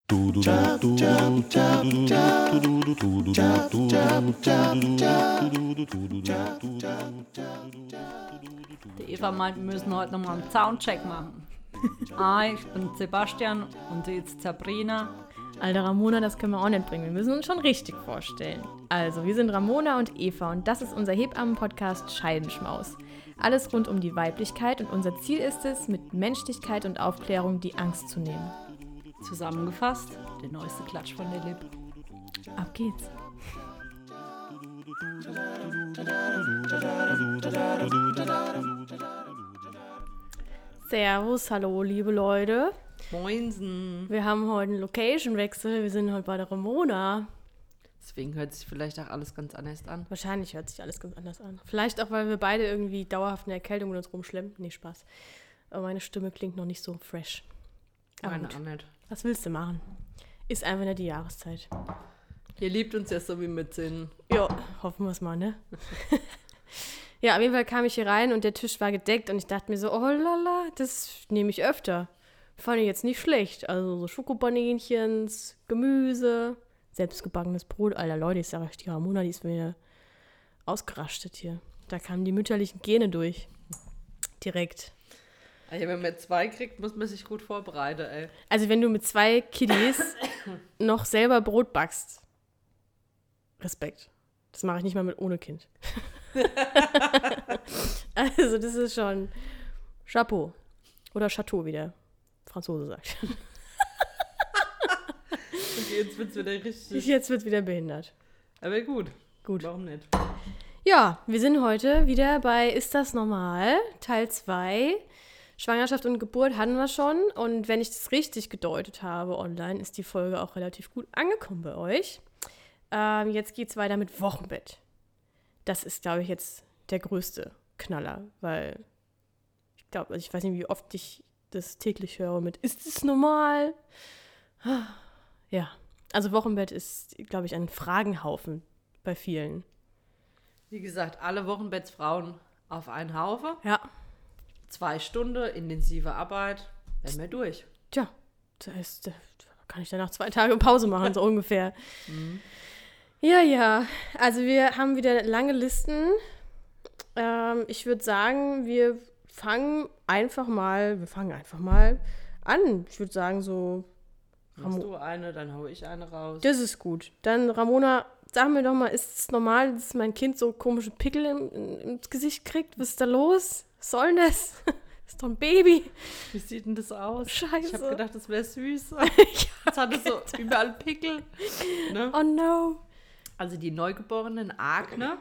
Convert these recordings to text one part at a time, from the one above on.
Die Eva meint, wir müssen heute nochmal einen Soundcheck machen. Ich bin Sebastian und sie ist Sabrina. Alter, Ramona, das können wir auch nicht bringen. Wir müssen uns schon richtig vorstellen. Also, wir sind Ramona und Eva und das ist unser Hebammen-Podcast Scheidenschmaus. Alles rund um die Weiblichkeit und unser Ziel ist es, mit Menschlichkeit und Aufklärung die Angst zu nehmen. Zusammengefasst, der neueste Klatsch von der Lip. Ab geht's. Servus, hallo liebe Leute. Moinsen. Wir haben heute einen Location-Wechsel. Wir sind heute bei der Ramona. Deswegen hört sich vielleicht auch alles ganz anders an. Wahrscheinlich hört sich alles ganz anders an. Vielleicht auch, weil wir beide irgendwie dauerhaft eine Erkältung mit uns rumschlemmen. Nee, Spaß. Aber meine Stimme klingt noch nicht so fresh. Aber Meine gut. auch nicht. Was willst du machen? Ist einfach nicht die Jahreszeit. Ihr liebt uns ja so wie mit Sinn. Ja, hoffen wir es mal, ne? Ja, auf jeden Fall kam ich hier rein und der Tisch war gedeckt und ich dachte mir so, oh lala, das nehme ich öfter. Fand ich jetzt nicht schlecht. Also so Schokobanänchens, Gemüse, selbstgebackenes Brot. Alter Leute, ich sage euch, die Ramona, die ist mir ausgerastet hier. Da kamen die mütterlichen Gene durch. Direkt. Also wenn man 2 kriegt, muss man sich gut vorbereiten, ey. Also wenn du mit 2 Kiddies noch selber Brot backst, Respekt. Das mache ich nicht mal mit ohne Kind. Also das ist schon Chapeau. Oder Chateau, wie der Franzose sagt. Okay, jetzt wird's wieder richtig. Jetzt wird wieder behindert. Aber gut. Gut. Warum nicht? Ja, wir sind heute wieder bei Ist das normal? Teil 2. Schwangerschaft und Geburt hatten wir schon. Und wenn ich das richtig gedeutet habe online, ist die Folge auch relativ gut angekommen bei euch. Jetzt geht's weiter mit Wochenbett. Das ist, glaube ich, jetzt der größte Knaller, weil ich glaube, ich weiß nicht, wie oft ich das täglich höre mit Ist es normal? Ja, also Wochenbett ist, glaube ich, ein Fragenhaufen bei vielen. Wie gesagt, alle Wochenbettsfrauen auf einen Haufen. Ja. 2 Stunden intensive Arbeit, werden wir durch. Tja, da kann ich danach 2 Tage Pause machen, so ungefähr. Mhm. Ja, also wir haben wieder lange Listen. Ich würde sagen, wir fangen einfach mal an. Ich würde sagen so... Machst du eine, dann hau ich eine raus. Das ist gut. Dann, Ramona, sag mir doch mal, ist es normal, dass mein Kind so komische Pickel ins Gesicht kriegt? Was ist da los? Was soll denn das? Das ist doch ein Baby. Wie sieht denn das aus? Scheiße. Ich habe gedacht, das wäre süß. Ja, Jetzt hat es so überall Pickel. Ne? oh no. Also die Neugeborenen Akne,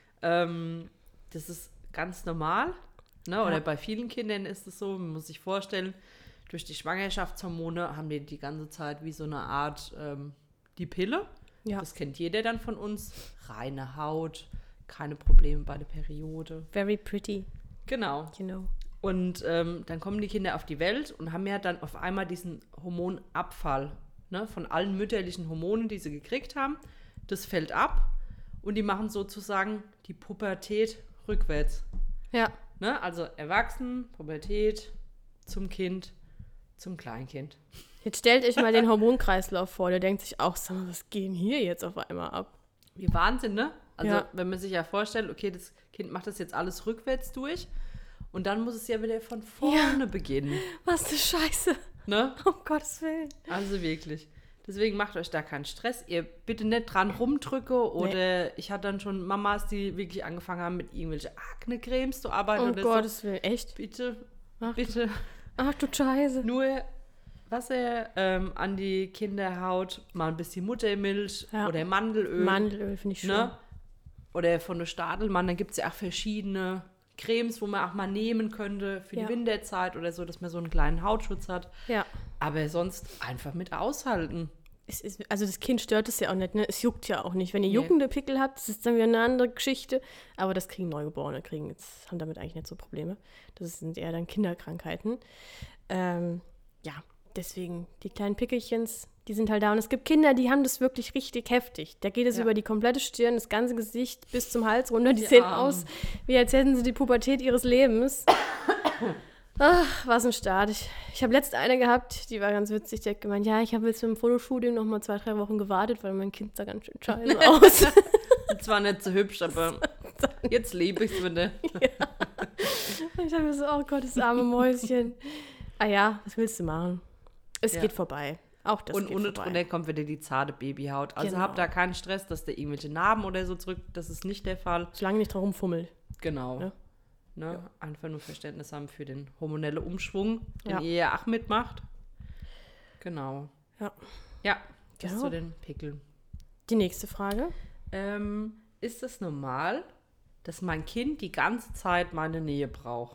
das ist ganz normal. Ne? Oder bei vielen Kindern ist es so, man muss sich vorstellen, durch die Schwangerschaftshormone haben die ganze Zeit wie so eine Art die Pille. Ja. Das kennt jeder dann von uns. Reine Haut, keine Probleme bei der Periode. Very pretty, Genau. you know. Und dann kommen die Kinder auf die Welt und haben ja dann auf einmal diesen Hormonabfall, ne, von allen mütterlichen Hormonen, die sie gekriegt haben. Das fällt ab und die machen sozusagen die Pubertät rückwärts. Ja. Ne? Also Erwachsen, Pubertät, zum Kind, zum Kleinkind. Jetzt stellt euch mal den Hormonkreislauf vor. Der denkt sich auch, sag mal, was geht denn hier jetzt auf einmal ab? Wie Wahnsinn, ne? Also Ja. wenn man sich ja vorstellt, okay, das Kind macht das jetzt alles rückwärts durch und dann muss es ja wieder von vorne beginnen. Was eine Scheiße. Ne? Um Gottes Willen. Also wirklich. Deswegen macht euch da keinen Stress. Ihr bitte nicht dran rumdrücke oder ich hatte dann schon Mamas, die wirklich angefangen haben mit irgendwelchen Akne-Cremes zu arbeiten Um oder Gottes Willen. Echt? Bitte, Ach, bitte Ach du Scheiße. nur Wasser an die Kinder haut, mal ein bisschen Muttermilch oder Mandelöl. Mandelöl finde ich schön. Ne? Oder von der Stadelmann, dann gibt es ja auch verschiedene Cremes, wo man auch mal nehmen könnte für die Winterzeit oder so, dass man so einen kleinen Hautschutz hat. Ja. Aber sonst einfach mit aushalten. Also das Kind stört es ja auch nicht, ne? Es juckt ja auch nicht. Wenn ihr juckende Pickel habt, das ist dann wieder eine andere Geschichte. Aber das kriegen Neugeborene, haben damit eigentlich nicht so Probleme. Das sind eher dann Kinderkrankheiten. Ja, deswegen, die kleinen Pickelchens, die sind halt da. Und es gibt Kinder, die haben das wirklich richtig heftig. Da geht es über die komplette Stirn, das ganze Gesicht bis zum Hals runter. Die sehen aus, wie als hätten sie die Pubertät ihres Lebens. Ach, was ein Start. Ich habe letzte eine gehabt, die war ganz witzig. Die hat gemeint, ja, ich habe jetzt mit dem Fotoshooting noch mal 2-3 Wochen gewartet, weil mein Kind sah ganz schön scheiße aus. Und zwar nicht so hübsch, aber jetzt liebe ich es wieder. Ja. Und ich habe mir so, oh Gott, das arme Mäuschen. Ah ja, was willst du machen? Es geht vorbei. Auch das und geht unten vorbei. drunter kommt wieder die zarte Babyhaut. Also Genau. habt da keinen Stress, dass da irgendwelche Narben oder so zurück, das ist nicht der Fall. Solange nicht drum rumfummelt. Genau. Ja. Ne? Ja. Einfach nur Verständnis haben für den hormonellen Umschwung, den Ja. ihr ja auch mitmacht. Genau. Ja. Ja, das Genau. zu den Pickeln. Die nächste Frage. Ist es normal, dass mein Kind die ganze Zeit meine Nähe braucht?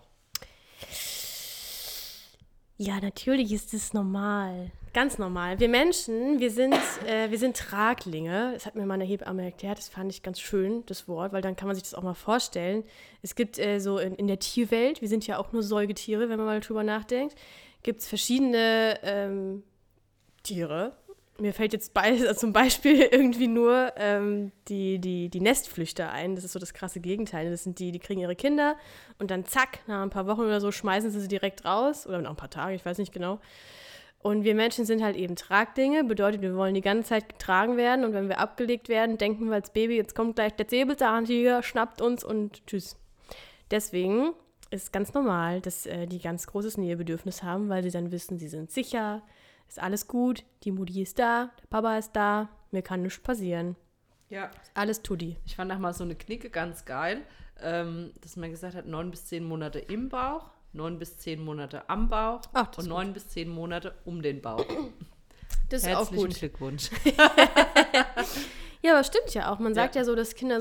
Ja, natürlich ist es normal. Ganz normal. Wir Menschen, wir sind Traglinge. Das hat mir meine Hebamme erklärt. Das fand ich ganz schön, das Wort, weil dann kann man sich das auch mal vorstellen. Es gibt so in der Tierwelt, wir sind ja auch nur Säugetiere, wenn man mal drüber nachdenkt, gibt es verschiedene Tiere. Mir fällt jetzt zum Beispiel irgendwie nur die Nestflüchter ein. Das ist so das krasse Gegenteil. Das sind die kriegen ihre Kinder und dann zack, nach ein paar Wochen oder so schmeißen sie direkt raus. Oder nach ein paar Tagen, ich weiß nicht genau. Und wir Menschen sind halt eben Tragdinge. Bedeutet, wir wollen die ganze Zeit getragen werden. Und wenn wir abgelegt werden, denken wir als Baby, jetzt kommt gleich der Säbelzahntiger, schnappt uns und tschüss. Deswegen ist ganz normal, dass die ganz großes Nähebedürfnis haben, weil sie dann wissen, sie sind sicher, ist alles gut, die Mutti ist da, der Papa ist da, mir kann nichts passieren. Ja. Alles tutti. Ich fand auch mal so eine Knicke ganz geil, dass man gesagt hat, 9 bis 10 Monate im Bauch, 9 bis 10 Monate am Bauch Ach, das und ist 9 bis 10 Monate um den Bauch. Das ist auch Herzlichen gut. Glückwunsch. Ja, aber stimmt ja auch. Man sagt ja so, dass Kinder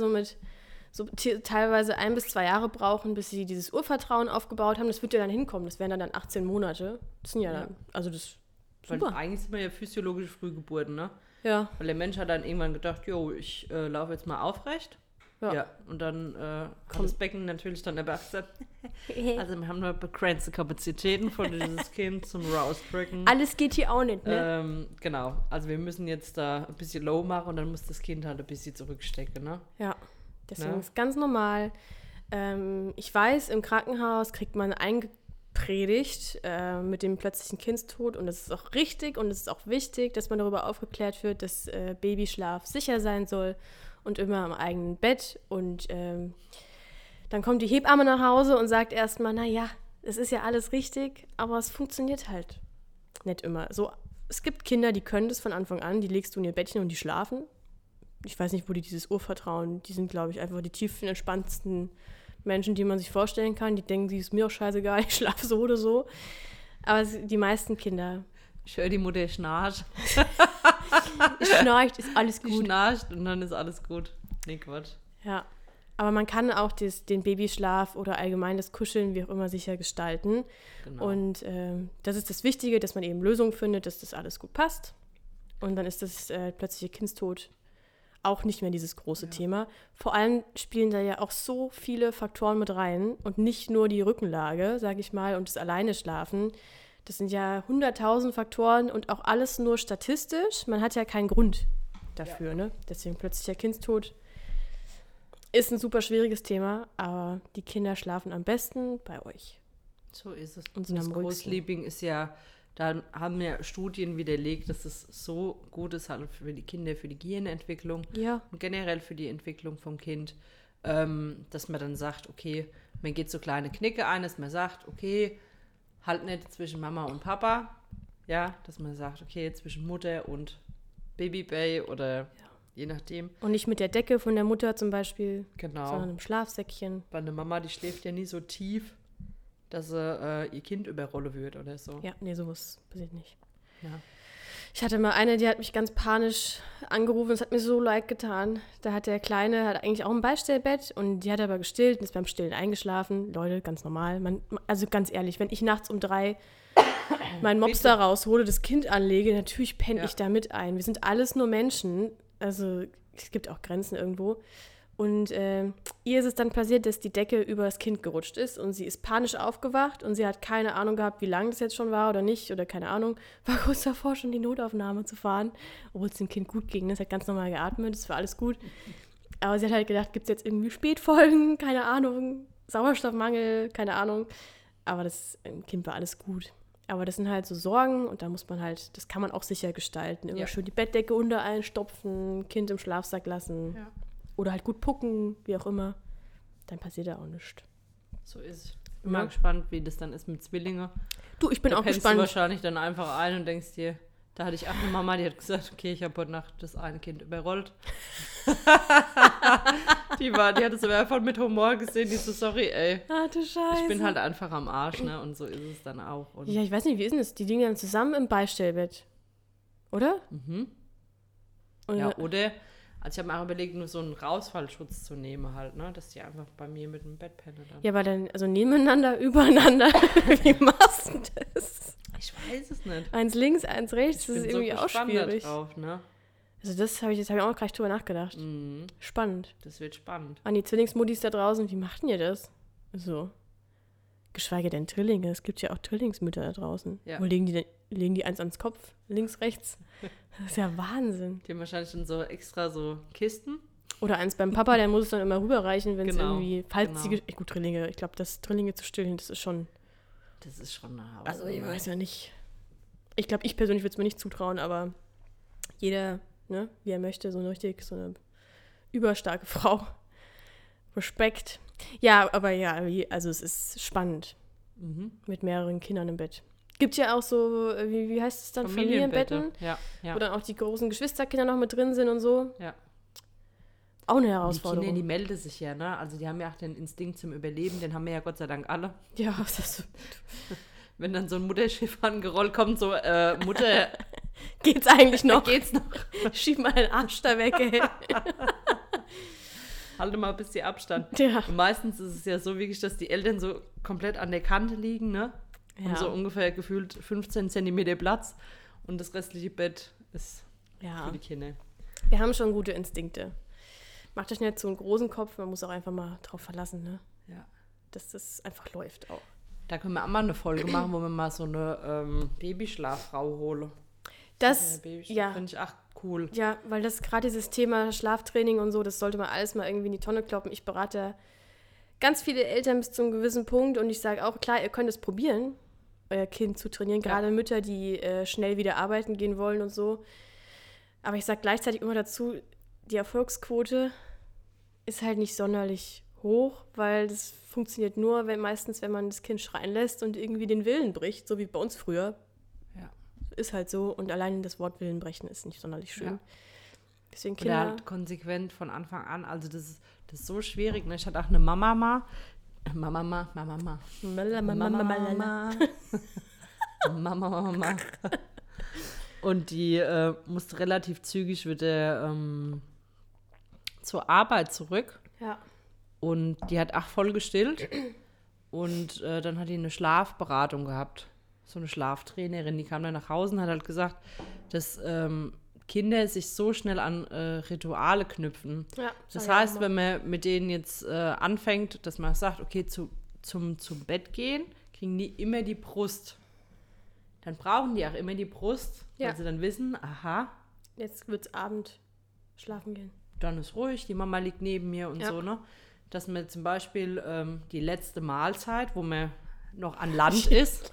teilweise 1 bis 2 Jahre brauchen, bis sie dieses Urvertrauen aufgebaut haben. Das wird ja dann hinkommen. Das wären dann 18 Monate. Das sind ja dann, also das Weil super. eigentlich sind wir ja physiologische Frühgeburten, ne? Ja, Weil der Mensch hat dann irgendwann gedacht, jo, ich laufe jetzt mal aufrecht. ja. Und dann hat das Becken natürlich dann aber gesagt, also wir haben nur begrenzte Kapazitäten von dieses Kind zum Rausdrücken. Alles geht hier auch nicht, ne? Genau, also wir müssen jetzt da ein bisschen low machen und dann muss das Kind halt ein bisschen zurückstecken, ne? Ja, deswegen Ja. ist ganz normal. Ich weiß, im Krankenhaus kriegt man eingepredigt mit dem plötzlichen Kindstod und das ist auch richtig und es ist auch wichtig, dass man darüber aufgeklärt wird, dass Babyschlaf sicher sein soll und immer am eigenen Bett und dann kommt die Hebamme nach Hause und sagt erstmal, naja, es ist ja alles richtig, aber es funktioniert halt nicht immer. So, es gibt Kinder, die können das von Anfang an, die legst du in ihr Bettchen und die schlafen. Ich weiß nicht, wo die dieses Urvertrauen, die sind, glaube ich, einfach die tiefenentspanntesten Menschen, die man sich vorstellen kann. Die denken, sie ist mir auch scheißegal, ich schlafe so oder so. Aber die meisten Kinder, Ich höre die Mutter schnarcht. schnarcht, ist alles Die gut. schnarcht und dann ist alles gut. Nee, Quatsch. Ja, aber man kann auch den Babyschlaf oder allgemein das Kuscheln, wie auch immer, sicher gestalten. Genau. Und das ist das Wichtige, dass man eben Lösungen findet, dass das alles gut passt. Und dann ist das plötzliche Kindstod auch nicht mehr dieses große Thema. Vor allem spielen da ja auch so viele Faktoren mit rein und nicht nur die Rückenlage, sage ich mal, und das Alleine schlafen. Das sind ja 100.000 Faktoren und auch alles nur statistisch. Man hat ja keinen Grund dafür, ne? Deswegen plötzlicher Kindstod ist ein super schwieriges Thema, aber die Kinder schlafen am besten bei euch. So ist es. Und sind das am ruhigsten. Co-Sleeping ist ja, da haben ja Studien widerlegt, dass es so gut ist halt für die Kinder, für die Gehirnentwicklung Ja, und generell für die Entwicklung vom Kind, dass man dann sagt, okay, man geht so kleine Knicke ein, dass man sagt, okay, halt nicht zwischen Mama und Papa, ja, dass man sagt, okay, zwischen Mutter und Babybay oder je nachdem. und nicht mit der Decke von der Mutter zum Beispiel, Genau. sondern im Schlafsäckchen. Weil eine Mama, die schläft ja nie so tief, dass sie ihr Kind überrollen wird oder so. Ja, nee, sowas passiert nicht. Ja. Ich hatte mal eine, die hat mich ganz panisch angerufen, es hat mir so leid getan. Da hat der Kleine, hat eigentlich auch ein Beistellbett und die hat aber gestillt und ist beim Stillen eingeschlafen. Leute, ganz normal. Also ganz ehrlich, wenn ich nachts um 3 meinen Mops da raushole, das Kind anlege, natürlich penne ich da mit ein. Wir sind alles nur Menschen, also es gibt auch Grenzen irgendwo. Und ihr ist es dann passiert, dass die Decke über das Kind gerutscht ist und sie ist panisch aufgewacht und sie hat keine Ahnung gehabt, wie lange das jetzt schon war oder nicht oder keine Ahnung. War kurz davor, schon die Notaufnahme zu fahren, obwohl es dem Kind gut ging. Es hat ganz normal geatmet, es war alles gut. Aber sie hat halt gedacht, gibt es jetzt irgendwie Spätfolgen, keine Ahnung, Sauerstoffmangel, keine Ahnung. Aber im Kind war alles gut. Aber das sind halt so Sorgen und da muss man halt, das kann man auch sicher gestalten. Immer schön die Bettdecke unter einstopfen, Kind im Schlafsack lassen. Ja. Oder halt gut pucken, wie auch immer. Dann passiert da auch nichts. So ist es. Ich bin mal gespannt, wie das dann ist mit Zwillingen. Du, ich bin auch gespannt. Du wahrscheinlich dann einfach ein und denkst dir, da hatte ich auch eine Mama, die hat gesagt, okay, ich habe heute Nacht das eine Kind überrollt. Die hat es aber einfach mit Humor gesehen, die so, sorry, ey. Ah, du Scheiße. Ich bin halt einfach am Arsch, ne? Und so ist es dann auch. Und ja, ich weiß nicht, wie ist denn das? Die liegen dann zusammen im Beistellbett, oder? Mhm. Ja, oder, also ich habe mir auch überlegt, nur so einen Rausfallschutz zu nehmen halt, ne? Dass die einfach bei mir mit dem Bett pennen dann. Ja, aber dann, also nebeneinander, übereinander, wie machst du das? Ich weiß es nicht. Eins links, eins rechts, das ist irgendwie so auch schwierig. Drauf, ne? Also das habe ich auch gleich drüber nachgedacht. Mhm. Spannend. Das wird spannend. An die Zwillingsmuttis da draußen, wie macht denn ihr das? So. Geschweige denn Drillinge. Es gibt ja auch Trillingsmütter da draußen. Ja. Wo legen die eins ans Kopf? Links, rechts? Das ist ja Wahnsinn. Die haben wahrscheinlich dann so extra so Kisten. Oder eins beim Papa, der muss es dann immer rüberreichen, wenn es irgendwie, falls die, gut, Drillinge, ich glaube, das Drillinge zu stillen, das ist schon eine Haus. Also ich weiß ja nicht. Ich glaube, ich persönlich würde es mir nicht zutrauen, aber jeder, ne, wie er möchte, so eine überstarke Frau. Respekt. Ja, aber ja, also es ist spannend. Mit mehreren Kindern im Bett. Gibt ja auch so, wie heißt es dann, Familienbetten, ja. Wo dann auch die großen Geschwisterkinder noch mit drin sind und so. Ja. Auch eine Herausforderung. Die Kinder, die melden sich ja, ne? Also die haben ja auch den Instinkt zum Überleben, den haben wir ja Gott sei Dank alle. Ja, das ist so. Wenn dann so ein Mutterschiff angerollt kommt, so, Mutter... Geht's eigentlich noch? Geht's noch? Schieb mal den Arsch da weg, ey. Halte mal ein bisschen Abstand. Ja. Und meistens ist es ja so wirklich, dass die Eltern so komplett an der Kante liegen, ne? Ja. Und so ungefähr gefühlt 15 Zentimeter Platz. Und das restliche Bett ist für die Kinder. Wir haben schon gute Instinkte. Macht euch nicht so einen großen Kopf, man muss auch einfach mal drauf verlassen, ne? Ja. Dass das einfach läuft auch. Da können wir auch mal eine Folge machen, wo wir mal so eine Babyschlaffrau holen. Das finde ich auch cool. Ja, weil das gerade dieses Thema Schlaftraining und so, das sollte man alles mal irgendwie in die Tonne kloppen. Ich berate ganz viele Eltern bis zu einem gewissen Punkt und ich sage auch, klar, ihr könnt es probieren, euer Kind zu trainieren, gerade Mütter, die schnell wieder arbeiten gehen wollen und so. Aber ich sage gleichzeitig immer dazu, die Erfolgsquote ist halt nicht sonderlich hoch, weil das funktioniert nur, wenn man das Kind schreien lässt und irgendwie den Willen bricht, so wie bei uns früher. Ja. Ist halt so und allein das Wort Willen brechen ist nicht sonderlich schön. Ja. Deswegen Kinder. Oder halt konsequent von Anfang an, also das ist so schwierig. Ne? Ich hatte auch eine Mama. Und die musste relativ zügig wieder zur Arbeit zurück. Ja. Und die hat auch voll gestillt. Und dann hat die eine Schlafberatung gehabt. So eine Schlaftrainerin, die kam dann nach Hause und hat halt gesagt, dass Kinder sich so schnell an Rituale knüpfen. Ja, das heißt, wenn man mit denen jetzt anfängt, dass man sagt, okay, zum Bett gehen, kriegen die immer die Brust. Dann brauchen die auch immer die Brust, weil sie dann wissen, aha. Jetzt wird's Abend schlafen gehen. Dann ist ruhig, die Mama liegt neben mir und so, ne? Dass man zum Beispiel die letzte Mahlzeit, wo man noch an Land ist.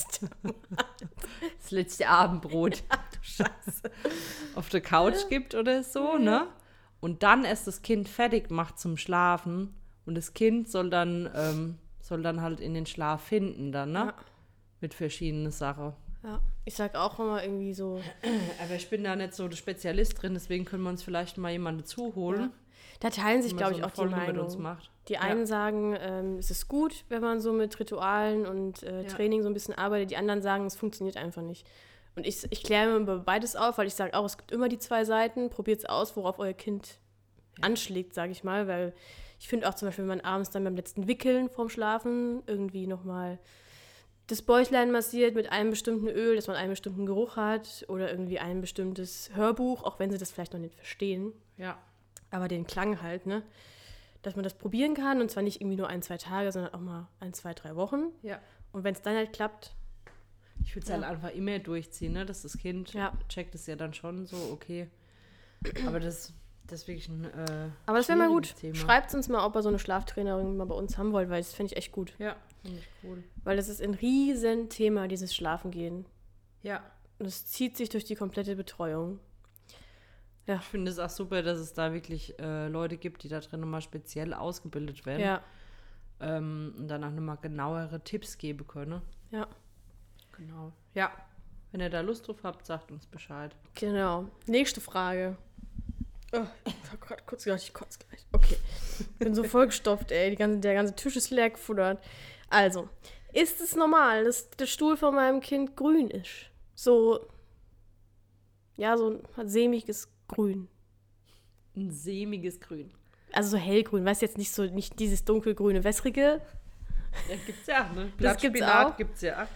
Das letzte Abendbrot. Ja, du Scheiße. Auf der Couch gibt oder so, ne? Und dann erst das Kind fertig macht zum Schlafen und das Kind soll dann halt in den Schlaf finden dann, ne? Ja. Mit verschiedenen Sachen. Ja, ich sag auch immer irgendwie so. Aber ich bin da nicht so der Spezialist drin, deswegen können wir uns vielleicht mal jemanden zuholen. Ja. Da teilen sich, glaube ich, auch die Meinungen. Die einen sagen, es ist gut, wenn man so mit Ritualen und Training so ein bisschen arbeitet. Die anderen sagen, es funktioniert einfach nicht. Und ich kläre mir beides auf, weil ich sage auch, es gibt immer die zwei Seiten. Probiert es aus, worauf euer Kind anschlägt, sage ich mal. Weil ich finde auch zum Beispiel, wenn man abends dann beim letzten Wickeln vorm Schlafen irgendwie nochmal das Bäuchlein massiert mit einem bestimmten Öl, dass man einen bestimmten Geruch hat oder irgendwie ein bestimmtes Hörbuch, auch wenn sie das vielleicht noch nicht verstehen. Ja. Aber den Klang halt, ne? Dass man das probieren kann und zwar nicht irgendwie nur 1-2 Tage, sondern auch mal 1, 2, 3 Wochen. Ja. Und wenn es dann halt klappt. Ich würde es halt einfach immer durchziehen, ne? Dass das Kind checkt es ja dann schon so, okay. Aber das Das ist wirklich ein Aber das wäre mal gut. Thema. Schreibt uns mal, ob ihr so eine Schlaftrainerin mal bei uns haben wollt, weil das finde ich echt gut. Ja, finde ich cool. Weil das ist ein riesen Thema, dieses Schlafengehen. Ja. Und es zieht sich durch die komplette Betreuung. Ja. Ich finde es auch super, dass es da wirklich Leute gibt, die da drin nochmal speziell ausgebildet werden. Ja. Und danach nochmal genauere Tipps geben können. Ja. Genau. Ja. Wenn ihr da Lust drauf habt, sagt uns Bescheid. Genau. Nächste Frage. Oh, ich habe gerade kurz gedacht, ich kotze gleich. Okay. Ich bin so vollgestopft, ey. Der ganze Tisch ist leer gefuttert. Also, ist es normal, dass der Stuhl von meinem Kind grün ist? So ein sämiges Grün. Ein sämiges Grün. Also so hellgrün, weißt du, jetzt nicht dieses dunkelgrüne, wässrige. Ja, gibt's ja, ne? Das gibt's Blattspinat auch. Gibt's ja.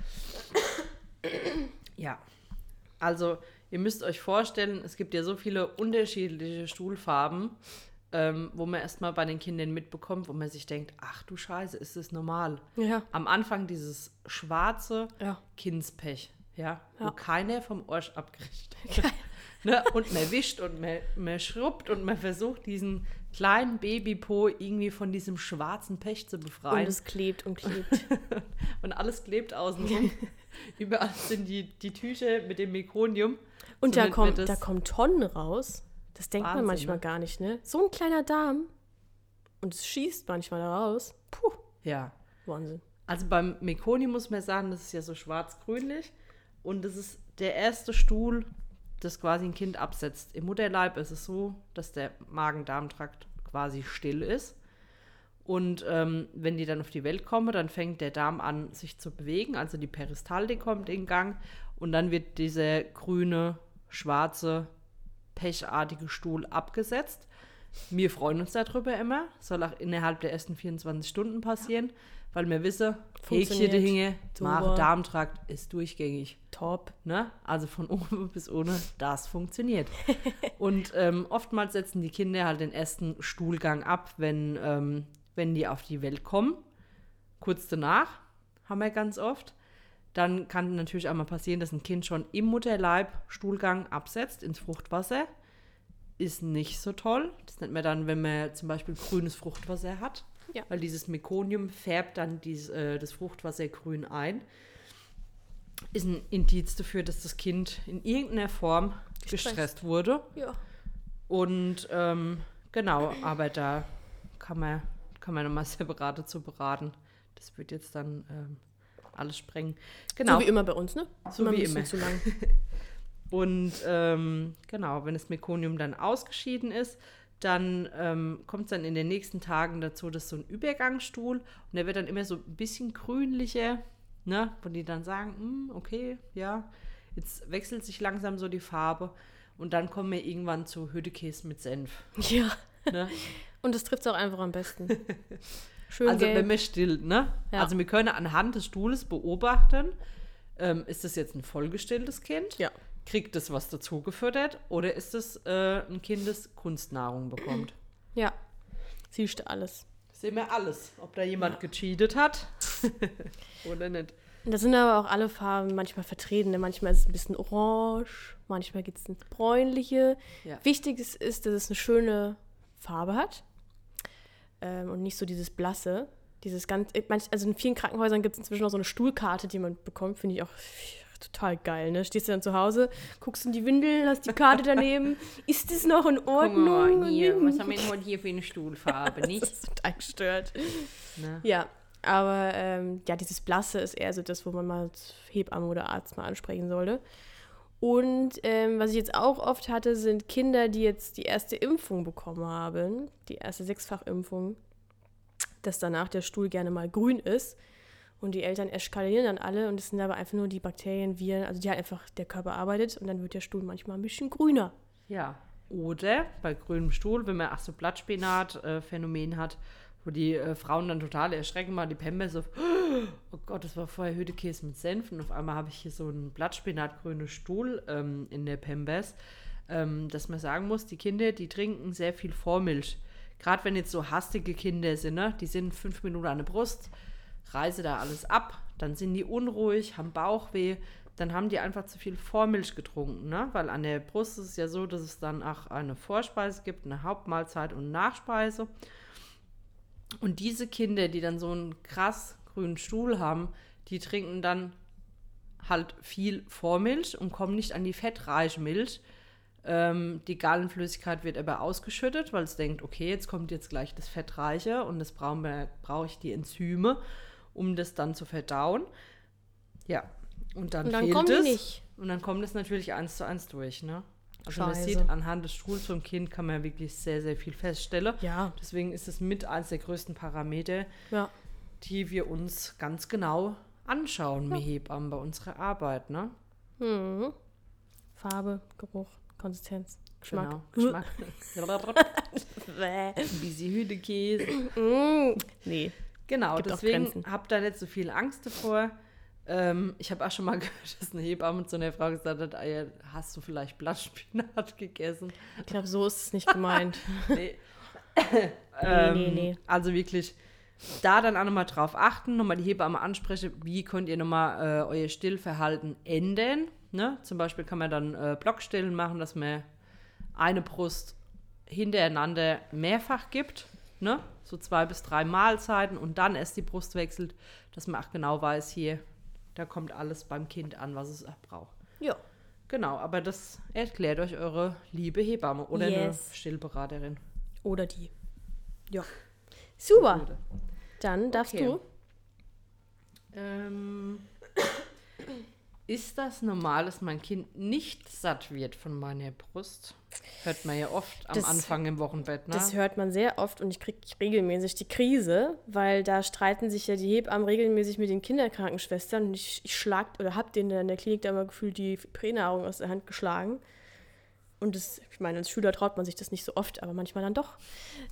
Ja. Also, ihr müsst euch vorstellen, es gibt ja so viele unterschiedliche Stuhlfarben, wo man erstmal bei den Kindern mitbekommt, wo man sich denkt, ach du Scheiße, ist das normal? Ja. Am Anfang dieses schwarze Ja. Kindspech, ja, Ja. wo keiner vom Arsch abkriegt. Ne? Und man wischt und man schrubbt und man versucht, diesen kleinen Babypo irgendwie von diesem schwarzen Pech zu befreien. Und es klebt und klebt. Und alles klebt außenrum. Überall sind die Tücher mit dem Mekonium. Und So da nennt man das. kommen Tonnen raus. Das denkt man Wahnsinn, manchmal ne? gar nicht, ne? So ein kleiner Darm. Und es schießt manchmal da raus. Puh, Ja. Wahnsinn. Also beim Mekonium muss man sagen, das ist ja so schwarz-grünlich. Und das ist der erste Stuhl, das quasi ein Kind absetzt. Im Mutterleib ist es so, dass der Magen-Darm-Trakt quasi still ist. Und wenn die dann auf die Welt kommen, dann fängt der Darm an, sich zu bewegen. Also die Peristaltik kommt in Gang. Und dann wird dieser grüne, schwarze, pechartige Stuhl abgesetzt. Wir freuen uns darüber immer. Soll auch innerhalb der ersten 24 Stunden passieren. Weil wir wissen, Häkchen dahinge, Super. Magen-Darm-Trakt ist durchgängig. Top. Ne? Also von oben bis ohne, das funktioniert. Und oftmals setzen die Kinder halt den ersten Stuhlgang ab, wenn die auf die Welt kommen. Kurz danach haben wir ganz oft. Dann kann natürlich auch mal passieren, dass ein Kind schon im Mutterleib Stuhlgang absetzt ins Fruchtwasser. Ist nicht so toll. Das nennt man dann, wenn man zum Beispiel grünes Fruchtwasser hat. Ja. Weil dieses Mekonium färbt dann das Fruchtwasser grün ein. Ist ein Indiz dafür, dass das Kind in irgendeiner Form gestresst wurde. Ja. Und genau, aber da kann man nochmal separat dazu beraten. Das wird jetzt dann alles sprengen. Genau. So wie immer bei uns, ne? So ein wie bisschen immer. zu lang. Und genau, wenn das Mekonium dann ausgeschieden ist, dann kommt es dann in den nächsten Tagen dazu, dass so ein Übergangsstuhl, und der wird dann immer so ein bisschen grünlicher, ne, wo die dann sagen, okay, ja, jetzt wechselt sich langsam so die Farbe und dann kommen wir irgendwann zu Hüttekäse mit Senf. Ja. Ne? Und das trifft es auch einfach am besten. Schön Also gelb. wenn man stillt, ne? Ja. Also wir können anhand des Stuhles beobachten, ist das jetzt ein vollgestilltes Kind? Ja. Kriegt es was dazu gefüttert oder ist es ein Kind, das Kunstnahrung bekommt? Ja. Siehst du alles. Sehen wir alles, ob da jemand gecheatet hat oder nicht. Und da sind aber auch alle Farben manchmal vertreten. Manchmal ist es ein bisschen orange, manchmal gibt es eine bräunliche. Ja. Wichtig ist, dass es eine schöne Farbe hat und nicht so dieses blasse. Also in vielen Krankenhäusern gibt es inzwischen auch so eine Stuhlkarte, die man bekommt, finde ich auch total geil, ne? Stehst du dann zu Hause, guckst in die Windeln, hast die Karte daneben. Ist das noch in Ordnung? Was haben wir denn heute hier für eine Stuhlfarbe, nicht? Das ist total gestört. Ne? Ja, aber dieses Blasse ist eher so das, wo man mal als Hebamme oder Arzt mal ansprechen sollte. Und was ich jetzt auch oft hatte, sind Kinder, die jetzt die erste Impfung bekommen haben, die erste 6-fach-Impfung, dass danach der Stuhl gerne mal grün ist. Und die Eltern eskalieren dann alle und es sind aber einfach nur die Bakterien, Viren, also die halt einfach der Körper arbeitet und dann wird der Stuhl manchmal ein bisschen grüner. Ja. Oder bei grünem Stuhl, wenn man so Blattspinat-Phänomen hat, wo die Frauen dann total erschrecken, mal die Pembe so, oh Gott, das war vorher Hüttekäse mit Senf und auf einmal habe ich hier so einen Blattspinat-grünen Stuhl in der Pembes, dass man sagen muss, die Kinder, die trinken sehr viel Vormilch. Gerade wenn jetzt so hastige Kinder sind, ne? Die sind 5 Minuten an der Brust, reiße da alles ab, dann sind die unruhig, haben Bauchweh, dann haben die einfach zu viel Vormilch getrunken, ne? Weil an der Brust ist es ja so, dass es dann auch eine Vorspeise gibt, eine Hauptmahlzeit und eine Nachspeise. Und diese Kinder, die dann so einen krass grünen Stuhl haben, die trinken dann halt viel Vormilch und kommen nicht an die fettreiche Milch. Die Gallenflüssigkeit wird aber ausgeschüttet, weil es denkt, okay, jetzt kommt jetzt gleich das Fettreiche und das brauche ich die Enzyme, um das dann zu verdauen. Ja, und dann fehlt kommen es. Die nicht. Und dann kommt es natürlich 1:1 durch, ne? Also man Scheiße. sieht, anhand des Stuhls vom Kind kann man wirklich sehr, sehr viel feststellen. Ja. Deswegen ist es mit eines der größten Parameter, Ja. die wir uns ganz genau anschauen, wir Hebammen bei unserer Arbeit, ne? Mhm. Farbe, Geruch, Konsistenz, Geschmack. Genau, Geschmack. Ein bisschen Hühnekäse. Nee. Genau, Gibt auch deswegen Grenzen. habt da nicht so viel Angst davor. Ich habe auch schon mal gehört, dass eine Hebamme zu einer Frau gesagt hat, ja, hast du vielleicht Blattspinat gegessen? Ich glaube, so ist es nicht gemeint. Nee. Nee. Also wirklich da dann auch nochmal drauf achten, nochmal die Hebamme ansprechen, wie könnt ihr nochmal euer Stillverhalten ändern. Ne? Zum Beispiel kann man dann Blockstillen machen, dass man eine Brust hintereinander mehrfach gibt, ne? So 2 bis 3 Mahlzeiten und dann erst die Brust wechselt, dass man auch genau weiß, hier, da kommt alles beim Kind an, was es auch braucht. Ja. Genau, aber das erklärt euch eure liebe Hebamme oder eine Yes. Stillberaterin. Oder die. Ja. Super. Gute. Dann darfst Okay. du. Ist das normal, dass mein Kind nicht satt wird von meiner Brust? Hört man ja oft am Das- Anfang im Wochenbett, ne? Das hört man sehr oft und ich kriege regelmäßig die Krise, weil da streiten sich ja die Hebammen regelmäßig mit den Kinderkrankenschwestern und ich schlag oder hab denen in der Klinik da mal gefühlt die Pränahrung aus der Hand geschlagen. Und das, ich meine, als Schüler traut man sich das nicht so oft, aber manchmal dann doch.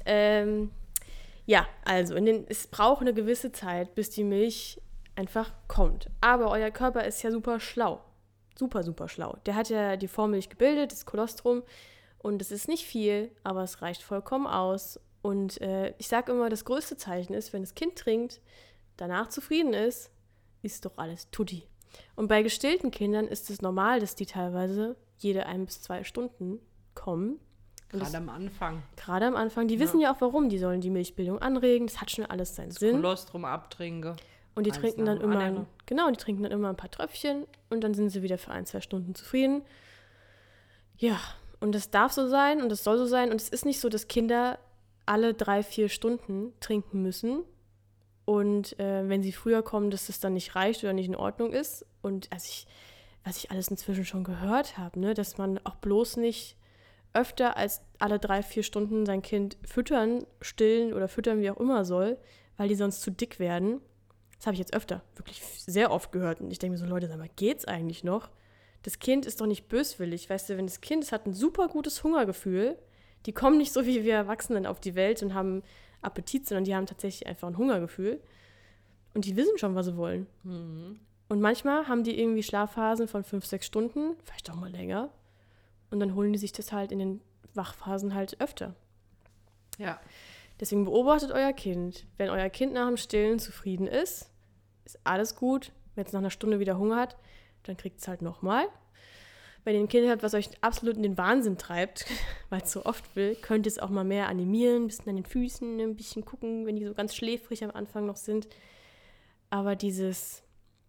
Ja, also es braucht eine gewisse Zeit, bis die Milch einfach kommt. Aber euer Körper ist ja super schlau. Super, super schlau. Der hat ja die Vormilch gebildet, das Kolostrum. Und es ist nicht viel, aber es reicht vollkommen aus. Und ich sage immer, das größte Zeichen ist, wenn das Kind trinkt, danach zufrieden ist doch alles tutti. Und bei gestillten Kindern ist es normal, dass die teilweise jede 1 bis 2 Stunden kommen. Und Gerade am Anfang. gerade am Anfang, die wissen ja auch warum, die sollen die Milchbildung anregen, das hat schon alles seinen Sinn. Kolostrum abtrinke. Und die eins trinken nach dann dem immer, anderen. die trinken dann immer ein paar Tröpfchen und dann sind sie wieder für 1, 2 Stunden zufrieden. Ja, und das darf so sein und das soll so sein. Und es ist nicht so, dass Kinder alle 3, 4 Stunden trinken müssen. Und wenn sie früher kommen, dass das dann nicht reicht oder nicht in Ordnung ist. Und was ich alles inzwischen schon gehört habe, ne, dass man auch bloß nicht öfter als alle 3, 4 Stunden sein Kind füttern, stillen oder füttern, wie auch immer soll, weil die sonst zu dick werden. Das habe ich jetzt öfter, wirklich sehr oft gehört. Und ich denke mir so, Leute, sag mal, geht's eigentlich noch? Das Kind ist doch nicht böswillig. Weißt du, wenn das Kind, es hat ein super gutes Hungergefühl, die kommen nicht so wie wir Erwachsenen auf die Welt und haben Appetit, sondern die haben tatsächlich einfach ein Hungergefühl. Und die wissen schon, was sie wollen. Und manchmal haben die irgendwie Schlafphasen von 5, 6 Stunden, vielleicht auch mal länger. Und dann holen die sich das halt in den Wachphasen halt öfter. Ja. Deswegen beobachtet euer Kind. Wenn euer Kind nach dem Stillen zufrieden ist alles gut. Wenn es nach einer Stunde wieder Hunger hat, dann kriegt es halt nochmal. Wenn ihr ein Kind habt, was euch absolut in den Wahnsinn treibt, weil es so oft will, könnt ihr es auch mal mehr animieren, ein bisschen an den Füßen, ein bisschen gucken, wenn die so ganz schläfrig am Anfang noch sind. Aber dieses,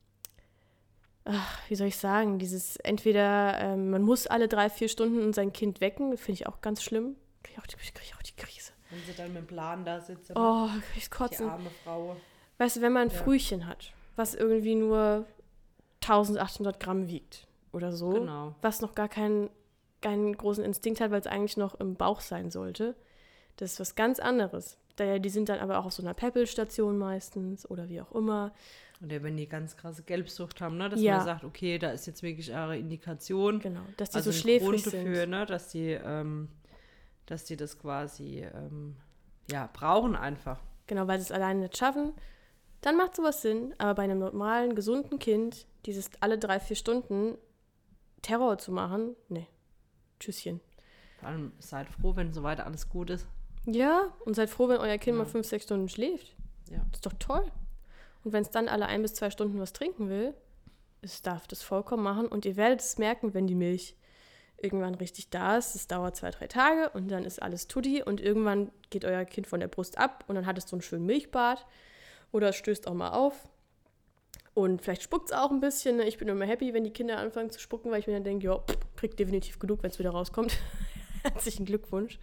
wie soll ich sagen, dieses entweder, man muss alle 3, 4 Stunden sein Kind wecken, finde ich auch ganz schlimm. Kriege ich auch die Krise. Wenn sie dann mit dem Plan da sitzen, Oh, krieg ich die kotzen. arme Frau. Weißt du, wenn man ein Ja. Frühchen hat, was irgendwie nur 1800 Gramm wiegt oder so, Genau. was noch gar keinen großen Instinkt hat, weil es eigentlich noch im Bauch sein sollte, das ist was ganz anderes. Die sind dann aber auch auf so einer Peppelstation meistens oder wie auch immer. Oder wenn die ganz krasse Gelbsucht haben, ne? Dass Ja. man sagt, okay, da ist jetzt wirklich eure Indikation. Genau, dass die Also so ein schläfrig Grund sind. dafür, ne? Dass die das quasi brauchen einfach. Genau, weil sie es alleine nicht schaffen. Dann macht sowas Sinn, aber bei einem normalen, gesunden Kind, dieses alle 3, 4 Stunden Terror zu machen, nee, Tschüsschen. Vor allem seid froh, wenn soweit alles gut ist. Ja, und seid froh, wenn euer Kind Ja. mal 5, 6 Stunden schläft. Ja. Das ist doch toll. Und wenn es dann alle 1 bis 2 Stunden was trinken will, es darf das vollkommen machen und ihr werdet es merken, wenn die Milch irgendwann richtig da ist. Es dauert 2-3 Tage und dann ist alles tutti und irgendwann geht euer Kind von der Brust ab und dann hat es so einen schönen Milchbad oder es stößt auch mal auf. Und vielleicht spuckt es auch ein bisschen. Ich bin immer happy, wenn die Kinder anfangen zu spucken, weil ich mir dann denke, ja, kriegt definitiv genug, wenn es wieder rauskommt. Herzlichen Glückwunsch.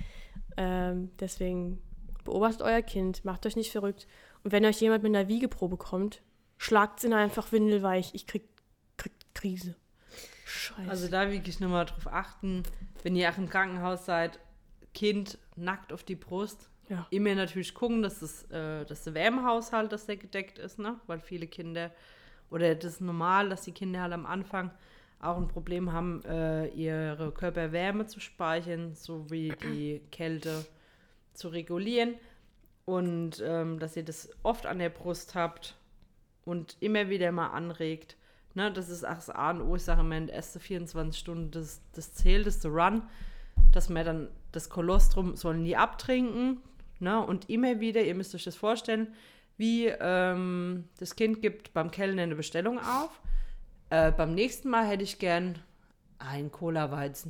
Deswegen beobachtet euer Kind, macht euch nicht verrückt. Und wenn euch jemand mit einer Wiegeprobe kommt, schlagt ihn einfach windelweich. Ich krieg Krise. Scheiße. Also da wirklich nochmal drauf achten, wenn ihr auch im Krankenhaus seid, Kind nackt auf die Brust. Ja. Immer natürlich gucken, dass der Wärmehaushalt, dass der gedeckt ist, ne? Weil viele Kinder, oder das ist normal, dass die Kinder halt am Anfang auch ein Problem haben, ihre Körperwärme zu speichern, sowie die Kälte zu regulieren. Und dass ihr das oft an der Brust habt und immer wieder mal anregt. Ne? Das ist auch das A und O, ich sage immer, in den ersten 24 Stunden das zählt, das Run, dass man dann das Kolostrum sollen nie abtrinken. Ne? Und immer wieder, ihr müsst euch das vorstellen, wie das Kind gibt beim Kellner eine Bestellung auf. Beim nächsten Mal hätte ich gern ein Cola-Weizen.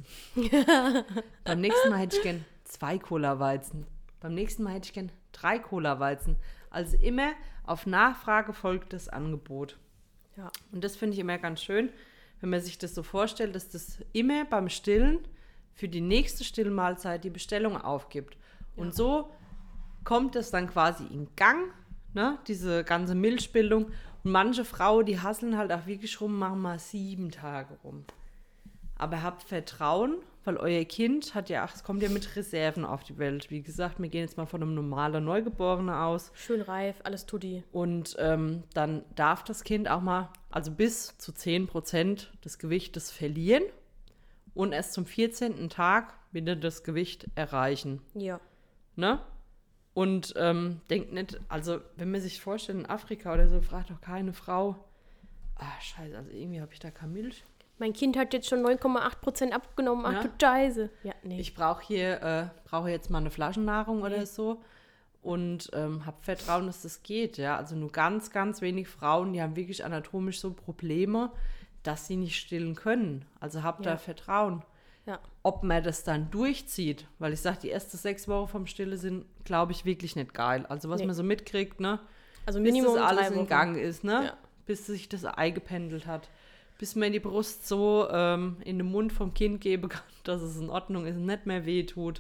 Beim nächsten Mal hätte ich gern 2 Cola-Weizen. Beim nächsten Mal hätte ich gern 3 Cola-Weizen. Also immer auf Nachfrage folgt das Angebot. Ja. Und das finde ich immer ganz schön, wenn man sich das so vorstellt, dass das immer beim Stillen für die nächste Stillmahlzeit die Bestellung aufgibt. Und so kommt es dann quasi in Gang, ne, diese ganze Milchbildung. Und manche Frauen, die hasseln halt auch wirklich rum, machen mal 7 Tage rum. Aber habt Vertrauen, weil euer Kind hat ja, es kommt ja mit Reserven auf die Welt. Wie gesagt, wir gehen jetzt mal von einem normalen Neugeborenen aus. Schön reif, alles tutti. Und dann darf das Kind auch mal, also bis zu 10% des Gewichtes verlieren und erst zum 14. Tag wieder das Gewicht erreichen. Ja. Ne? Und denkt nicht, also wenn man sich vorstellt, in Afrika oder so, fragt doch keine Frau, scheiße, also irgendwie habe ich da keine Milch. Mein Kind hat jetzt schon 9,8% abgenommen. Ach Ja. du Scheiße. Ja, nee. Ich brauche jetzt mal eine Flaschennahrung oder so und habe Vertrauen, dass das geht. Ja? Also nur ganz, ganz wenig Frauen, die haben wirklich anatomisch so Probleme, dass sie nicht stillen können. Also habt da Vertrauen. Ja. Ob man das dann durchzieht, weil ich sage, die ersten 6 Wochen vom Stille sind, glaube ich, wirklich nicht geil. Also was man so mitkriegt, ne? Also Bis Minimum das alles 3 Wochen. in Gang ist, ne? Ja. Bis sich das Ei gependelt hat. Bis man die Brust so in den Mund vom Kind geben kann, dass es in Ordnung ist und nicht mehr wehtut.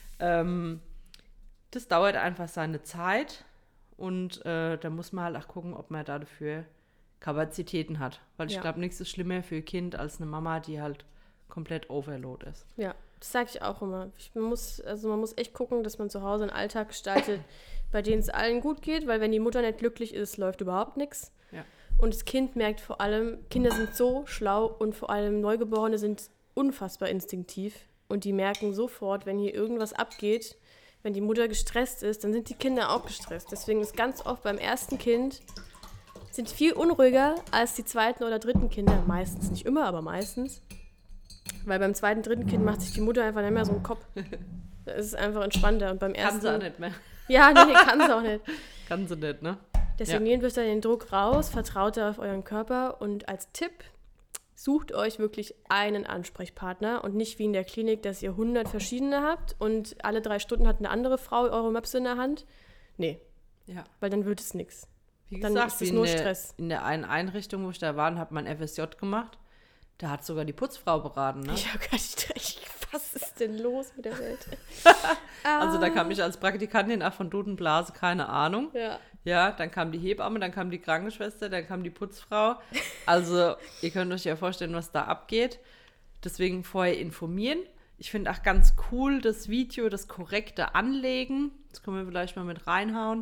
Das dauert einfach seine Zeit und da muss man halt auch gucken, ob man dafür Kapazitäten hat. Weil ich glaube, nichts ist schlimmer für ein Kind als eine Mama, die halt komplett overload ist. Ja, das sage ich auch immer. Man muss echt gucken, dass man zu Hause einen Alltag gestaltet, bei dem es allen gut geht, weil wenn die Mutter nicht glücklich ist, läuft überhaupt nichts. Ja. Und das Kind merkt vor allem, Kinder sind so schlau und vor allem Neugeborene sind unfassbar instinktiv und die merken sofort, wenn hier irgendwas abgeht, wenn die Mutter gestresst ist, dann sind die Kinder auch gestresst. Deswegen ist ganz oft beim ersten Kind sind viel unruhiger als die zweiten oder dritten Kinder. Meistens, nicht immer, aber meistens. Weil beim zweiten, dritten Kind macht sich die Mutter einfach nicht mehr so einen Kopf. Da ist es einfach entspannter. Und beim ersten... Kann sie auch nicht mehr. Ja, nee, kann sie auch nicht. Kann sie nicht, ne? Deswegen nehmt euch da den Druck raus, vertraut da auf euren Körper und als Tipp, sucht euch wirklich einen Ansprechpartner und nicht wie in der Klinik, dass ihr 100 verschiedene habt und alle 3 Stunden hat eine andere Frau eure Möpse in der Hand. Nee, Ja. weil dann wird es nichts. Wie Dann gesagt, ist es wie nur Stress. in der einen Einrichtung, wo ich da war, habe mein FSJ gemacht. Da hat sogar die Putzfrau beraten, ne? Ich habe gar nicht recht. Was ist denn los mit der Welt? Also da kam ich als Praktikantin auch von Dudenblase, keine Ahnung. Ja. Ja, dann kam die Hebamme, dann kam die Krankenschwester, dann kam die Putzfrau. Also ihr könnt euch ja vorstellen, was da abgeht. Deswegen vorher informieren. Ich finde auch ganz cool das Video, das korrekte Anlegen. Das können wir vielleicht mal mit reinhauen.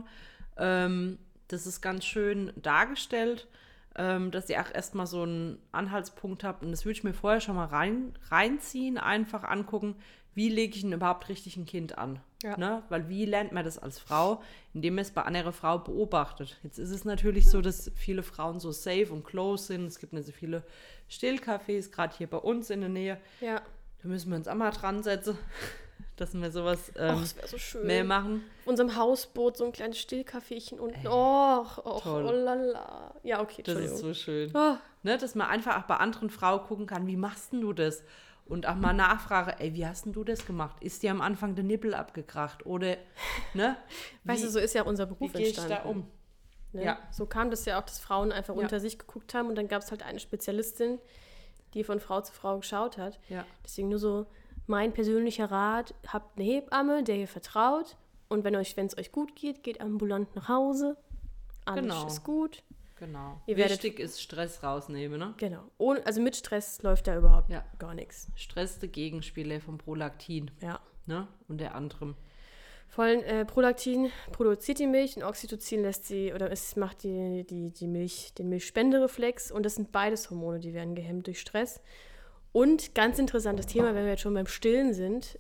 Das ist ganz schön dargestellt, dass ihr auch erstmal so einen Anhaltspunkt habt. Und das würde ich mir vorher schon mal reinziehen, einfach angucken, wie lege ich denn überhaupt richtig ein Kind an? Ja. Ne? Weil wie lernt man das als Frau, indem man es bei anderer Frau beobachtet? Jetzt ist es natürlich so, dass viele Frauen so safe und close sind. Es gibt nicht so viele Stillcafés, gerade hier bei uns in der Nähe. Ja. Da müssen wir uns auch mal dran setzen, dass wir sowas Das wäre so schön. mehr machen. Auf unserem Hausboot so ein kleines Stillkaffeechen unten. Toll. Oh lala. Ja, okay, Das Entschuldigung. ist so schön. Oh, Ne, dass man einfach auch bei anderen Frauen gucken kann, wie machst denn du das? Und auch mal nachfrage, ey, wie hast denn du das gemacht? Ist dir am Anfang der Nippel abgekracht? Oder, ne? Weißt du, so ist ja auch unser Beruf wie gehe ich entstanden. da um? Ne? Ja. So kam das ja auch, dass Frauen einfach unter sich geguckt haben und dann gab es halt eine Spezialistin, die von Frau zu Frau geschaut hat. Ja. Deswegen nur so mein persönlicher Rat, habt eine Hebamme, der ihr vertraut und wenn es euch gut geht, geht ambulant nach Hause. Alles ist gut. Genau. Wichtig ist Stress rausnehmen, ne? Genau. Also mit Stress läuft da überhaupt gar nichts. Stress der Gegenspieler vom Prolaktin. Ja. Ne? Und der anderem. Prolaktin produziert die Milch und Oxytocin macht den Milchspendereflex und das sind beides Hormone, die werden gehemmt durch Stress. Und ganz interessantes Thema, wenn wir jetzt schon beim Stillen sind,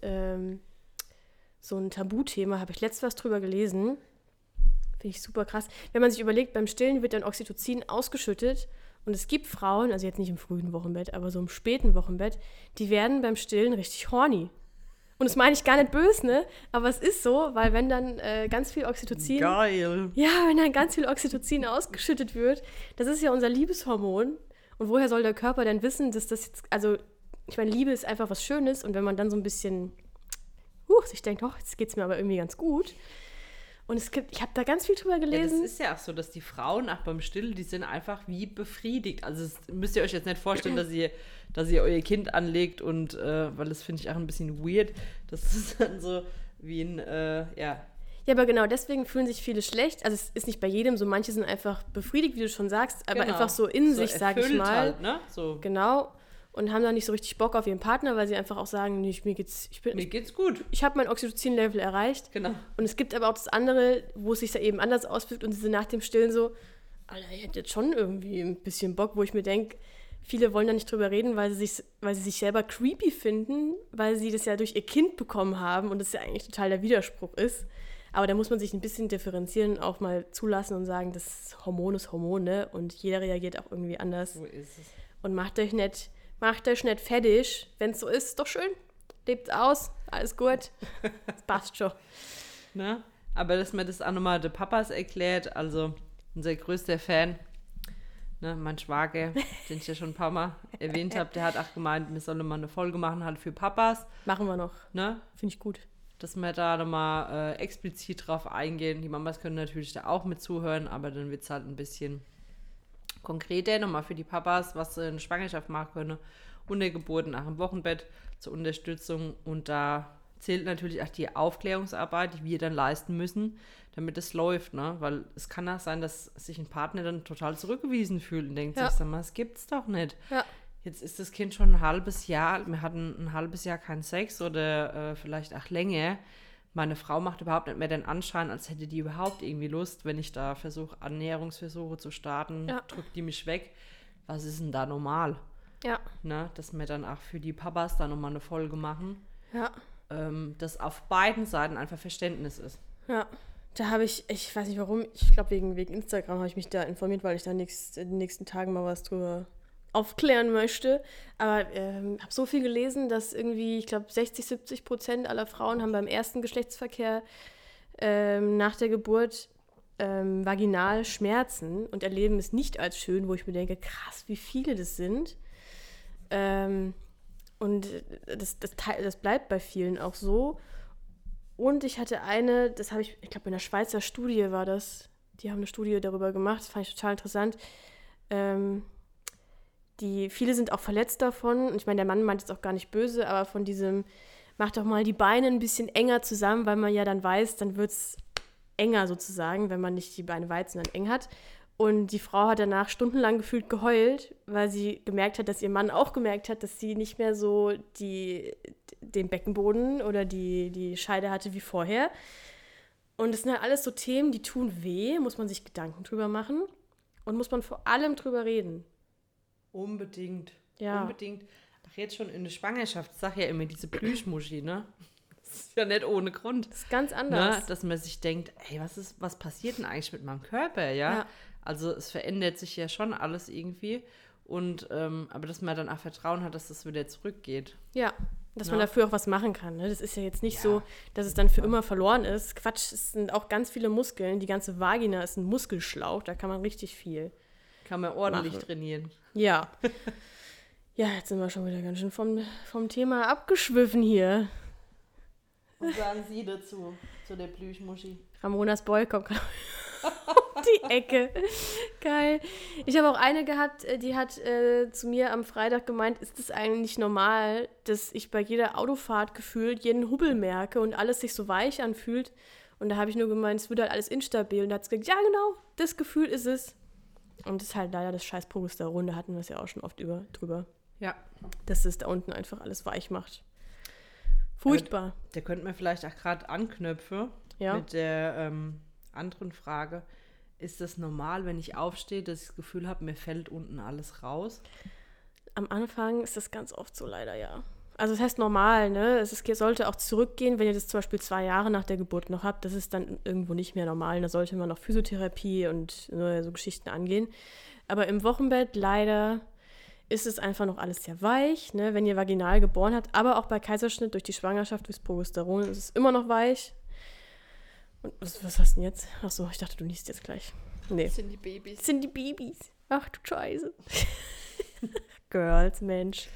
so ein Tabuthema, habe ich letztens was drüber gelesen, finde ich super krass. Wenn man sich überlegt, beim Stillen wird dann Oxytocin ausgeschüttet und es gibt Frauen, also jetzt nicht im frühen Wochenbett, aber so im späten Wochenbett, die werden beim Stillen richtig horny. Und das meine ich gar nicht böse, ne? Aber es ist so, weil wenn dann ganz viel Oxytocin... Geil! Ja, wenn dann ganz viel Oxytocin ausgeschüttet wird, das ist ja unser Liebeshormon. Und woher soll der Körper denn wissen, dass das jetzt... Also, ich meine, Liebe ist einfach was Schönes. Und wenn man dann so ein bisschen... sich denkt, jetzt geht's mir aber irgendwie ganz gut. Und ich habe da ganz viel drüber gelesen. Ja, das ist ja auch so, dass die Frauen auch beim Stillen, die sind einfach wie befriedigt. Also das müsst ihr euch jetzt nicht vorstellen, dass ihr euer Kind anlegt und, weil das finde ich auch ein bisschen weird, das ist dann so wie ein, Ja, aber genau, deswegen fühlen sich viele schlecht. Also es ist nicht bei jedem so, manche sind einfach befriedigt, wie du schon sagst, aber einfach so in sich, sag ich mal. Halt, ne? So. Genau. Und haben dann nicht so richtig Bock auf ihren Partner, weil sie einfach auch sagen, mir geht's gut. Ich habe mein Oxytocin-Level erreicht. Genau. Und es gibt aber auch das andere, wo es sich da eben anders auswirkt und sie sind nach dem Stillen so, Alter, ich hätte jetzt schon irgendwie ein bisschen Bock, wo ich mir denke, viele wollen da nicht drüber reden, weil sie sich selber creepy finden, weil sie das ja durch ihr Kind bekommen haben und das ja eigentlich total der Widerspruch ist. Aber da muss man sich ein bisschen differenzieren und auch mal zulassen und sagen, das Hormon ist Hormon, ne? Und jeder reagiert auch irgendwie anders. So ist es. Und macht euch nicht fertig. Wenn es so ist, ist doch schön. Lebt aus, alles gut. Das passt schon. Ne? Aber dass mir das auch nochmal der Papas erklärt, also unser größter Fan, ne, mein Schwager, den ich ja schon ein paar Mal erwähnt habe, der hat auch gemeint, wir sollen mal eine Folge machen, halt für Papas. Machen wir noch. Ne? Finde ich gut. Dass wir da nochmal explizit drauf eingehen. Die Mamas können natürlich da auch mit zuhören, aber dann wird es halt ein bisschen konkreter, nochmal für die Papas, was sie in der Schwangerschaft machen können, und der Geburt nach dem Wochenbett zur Unterstützung. Und da zählt natürlich auch die Aufklärungsarbeit, die wir dann leisten müssen, damit es läuft, ne? Weil es kann auch sein, dass sich ein Partner dann total zurückgewiesen fühlt und denkt sich, sag mal, das gibt's doch nicht. Ja. Jetzt ist das Kind schon ein halbes Jahr, wir hatten ein halbes Jahr keinen Sex oder vielleicht auch länger. Meine Frau macht überhaupt nicht mehr den Anschein, als hätte die überhaupt irgendwie Lust, wenn ich da versuche, Annäherungsversuche zu starten, drückt die mich weg. Was ist denn da normal? Ja. Ne? Dass wir dann auch für die Papas da nochmal eine Folge machen. Ja. Dass auf beiden Seiten einfach Verständnis ist. Ja. Da habe ich weiß nicht warum, ich glaube wegen Instagram habe ich mich da informiert, weil ich da in den nächsten Tagen mal was drüber aufklären möchte. Aber habe so viel gelesen, dass irgendwie, ich glaube, 60-70% aller Frauen haben beim ersten Geschlechtsverkehr nach der Geburt vaginal Schmerzen und erleben es nicht als schön, wo ich mir denke, krass, wie viele das sind. Und das bleibt bei vielen auch so. Und ich hatte ich glaube, in der Schweizer Studie war das, die haben eine Studie darüber gemacht, das fand ich total interessant. Viele sind auch verletzt davon. Und ich meine, der Mann meint es auch gar nicht böse, aber von diesem, mach doch mal die Beine ein bisschen enger zusammen, weil man ja dann weiß, dann wird es enger sozusagen, wenn man nicht die Beine weit, sondern eng hat. Und die Frau hat danach stundenlang gefühlt geheult, weil sie gemerkt hat, dass ihr Mann auch gemerkt hat, dass sie nicht mehr so den Beckenboden oder die Scheide hatte wie vorher. Und das sind halt alles so Themen, die tun weh, muss man sich Gedanken drüber machen und muss man vor allem drüber reden. Unbedingt. Ja. Unbedingt. Ach, jetzt schon in der Schwangerschaft, ich sag ja immer, diese Plüschmuschi, ne? Das ist ja nicht ohne Grund. Das ist ganz anders. Ne? Dass man sich denkt, ey, was passiert denn eigentlich mit meinem Körper, ja? Also es verändert sich ja schon alles irgendwie. Und aber dass man dann auch Vertrauen hat, dass das wieder zurückgeht. Ja, dass man dafür auch was machen kann. Ne? Das ist ja jetzt nicht so, dass es dann für immer verloren ist. Quatsch, es sind auch ganz viele Muskeln. Die ganze Vagina ist ein Muskelschlauch, da kann man richtig viel. Kann man ordentlich machen. trainieren. Ja. Ja, jetzt sind wir schon wieder ganz schön vom Thema abgeschwiffen hier. Was sagen Sie dazu, zu der Plüschmuschi? Ramonas Boy kommt gerade um die Ecke. Geil. Ich habe auch eine gehabt, die hat zu mir am Freitag gemeint, ist es eigentlich normal, dass ich bei jeder Autofahrt gefühlt jeden Hubbel merke und alles sich so weich anfühlt? Und da habe ich nur gemeint, es wird halt alles instabil. Und da hat sie gesagt, ja genau, das Gefühl ist es. Und das ist halt leider das scheiß Progesteron, da hatten wir es ja auch schon oft drüber. Ja. Dass es da unten einfach alles weich macht. Furchtbar. Der könnte mir vielleicht auch gerade anknüpfen mit der anderen Frage. Ist das normal, wenn ich aufstehe, dass ich das Gefühl habe, mir fällt unten alles raus? Am Anfang ist das ganz oft so leider, ja. Also das heißt normal, ne? Sollte auch zurückgehen, wenn ihr das zum Beispiel 2 Jahre nach der Geburt noch habt. Das ist dann irgendwo nicht mehr normal. Da sollte man noch Physiotherapie und so Geschichten angehen. Aber im Wochenbett leider ist es einfach noch alles sehr weich, ne? Wenn ihr vaginal geboren habt. Aber auch bei Kaiserschnitt durch die Schwangerschaft, durchs Progesteron ist es immer noch weich. Und was hast du denn jetzt? Achso, ich dachte, du niest jetzt gleich. Nee. Das sind die Babys. Das sind die Babys. Ach du Scheiße. Girls, Mensch.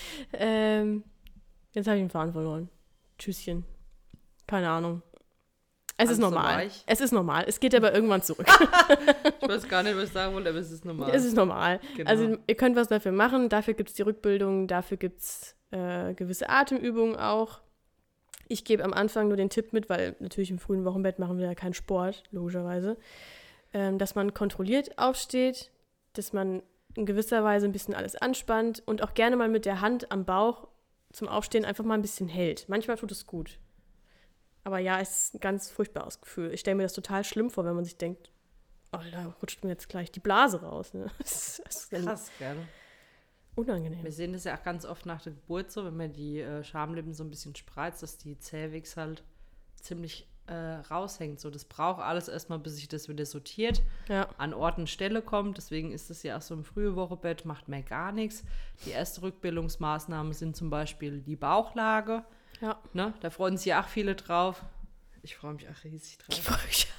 Jetzt habe ich den Faden verloren. Tschüsschen. Keine Ahnung. Es ist normal. So es ist normal. Es geht aber irgendwann zurück. Ich weiß gar nicht, was ich sagen wollte, aber es ist normal. Es ist normal. Genau. Also ihr könnt was dafür machen. Dafür gibt es die Rückbildung. Dafür gibt es gewisse Atemübungen auch. Ich gebe am Anfang nur den Tipp mit, weil natürlich im frühen Wochenbett machen wir ja keinen Sport, logischerweise. Dass man kontrolliert aufsteht, dass man in gewisser Weise ein bisschen alles anspannt und auch gerne mal mit der Hand am Bauch zum Aufstehen einfach mal ein bisschen hält. Manchmal tut es gut. Aber ja, es ist ein ganz furchtbares Gefühl. Ich stelle mir das total schlimm vor, wenn man sich denkt, oh, da rutscht mir jetzt gleich die Blase raus. Ne? Das ist krass, gell? Unangenehm. Wir sehen das ja auch ganz oft nach der Geburt so, wenn man die Schamlippen so ein bisschen spreizt, dass die Zervix halt ziemlich raushängt. So, das braucht alles erstmal, bis sich das wieder sortiert, an Ort und Stelle kommt. Deswegen ist das ja auch so im frühen Wochenbett, macht man gar nichts. Die erste Rückbildungsmaßnahme sind zum Beispiel die Bauchlage. Ja. Ne? Da freuen sich auch viele drauf. Ich freue mich auch riesig drauf. Ich freue mich.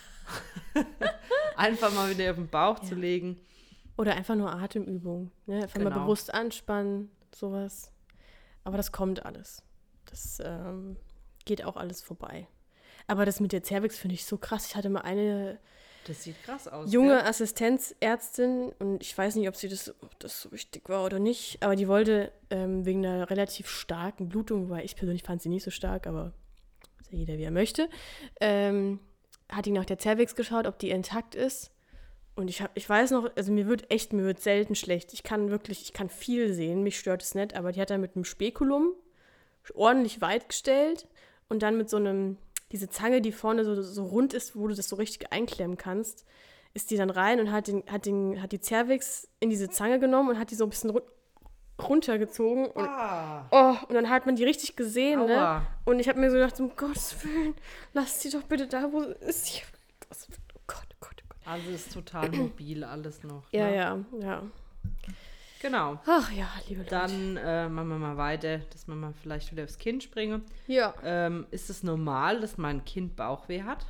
Einfach mal wieder auf den Bauch zu legen. Oder einfach nur Atemübung. Ne? Einfach mal bewusst anspannen, sowas. Aber das kommt alles. Das geht auch alles vorbei. Aber das mit der Zervix finde ich so krass. Ich hatte mal eine das sieht krass aus, junge Assistenzärztin und ich weiß nicht, ob das so wichtig war oder nicht, aber die wollte wegen einer relativ starken Blutung, weil ich persönlich fand sie nicht so stark, aber ist ja jeder, wie er möchte, hat die nach der Zervix geschaut, ob die intakt ist. Und ich weiß noch, also mir wird selten schlecht. Ich kann viel sehen, mich stört es nicht, aber die hat dann mit einem Spekulum ordentlich weit gestellt und dann mit so einem, diese Zange, die vorne so rund ist, wo du das so richtig einklemmen kannst, ist die dann rein und hat die Zervix in diese Zange genommen und hat die so ein bisschen runtergezogen. Und, und dann hat man die richtig gesehen, ne? Und ich habe mir so gedacht, um Gottes Willen, lass sie doch bitte da, wo ist sie? Oh Gott. Also ist total mobil alles noch. Ja. Genau. Ach ja, liebe Leute. Dann machen wir mal weiter, dass wir mal vielleicht wieder aufs Kind springen. Ja. Ist es normal, dass mein Kind Bauchweh hat?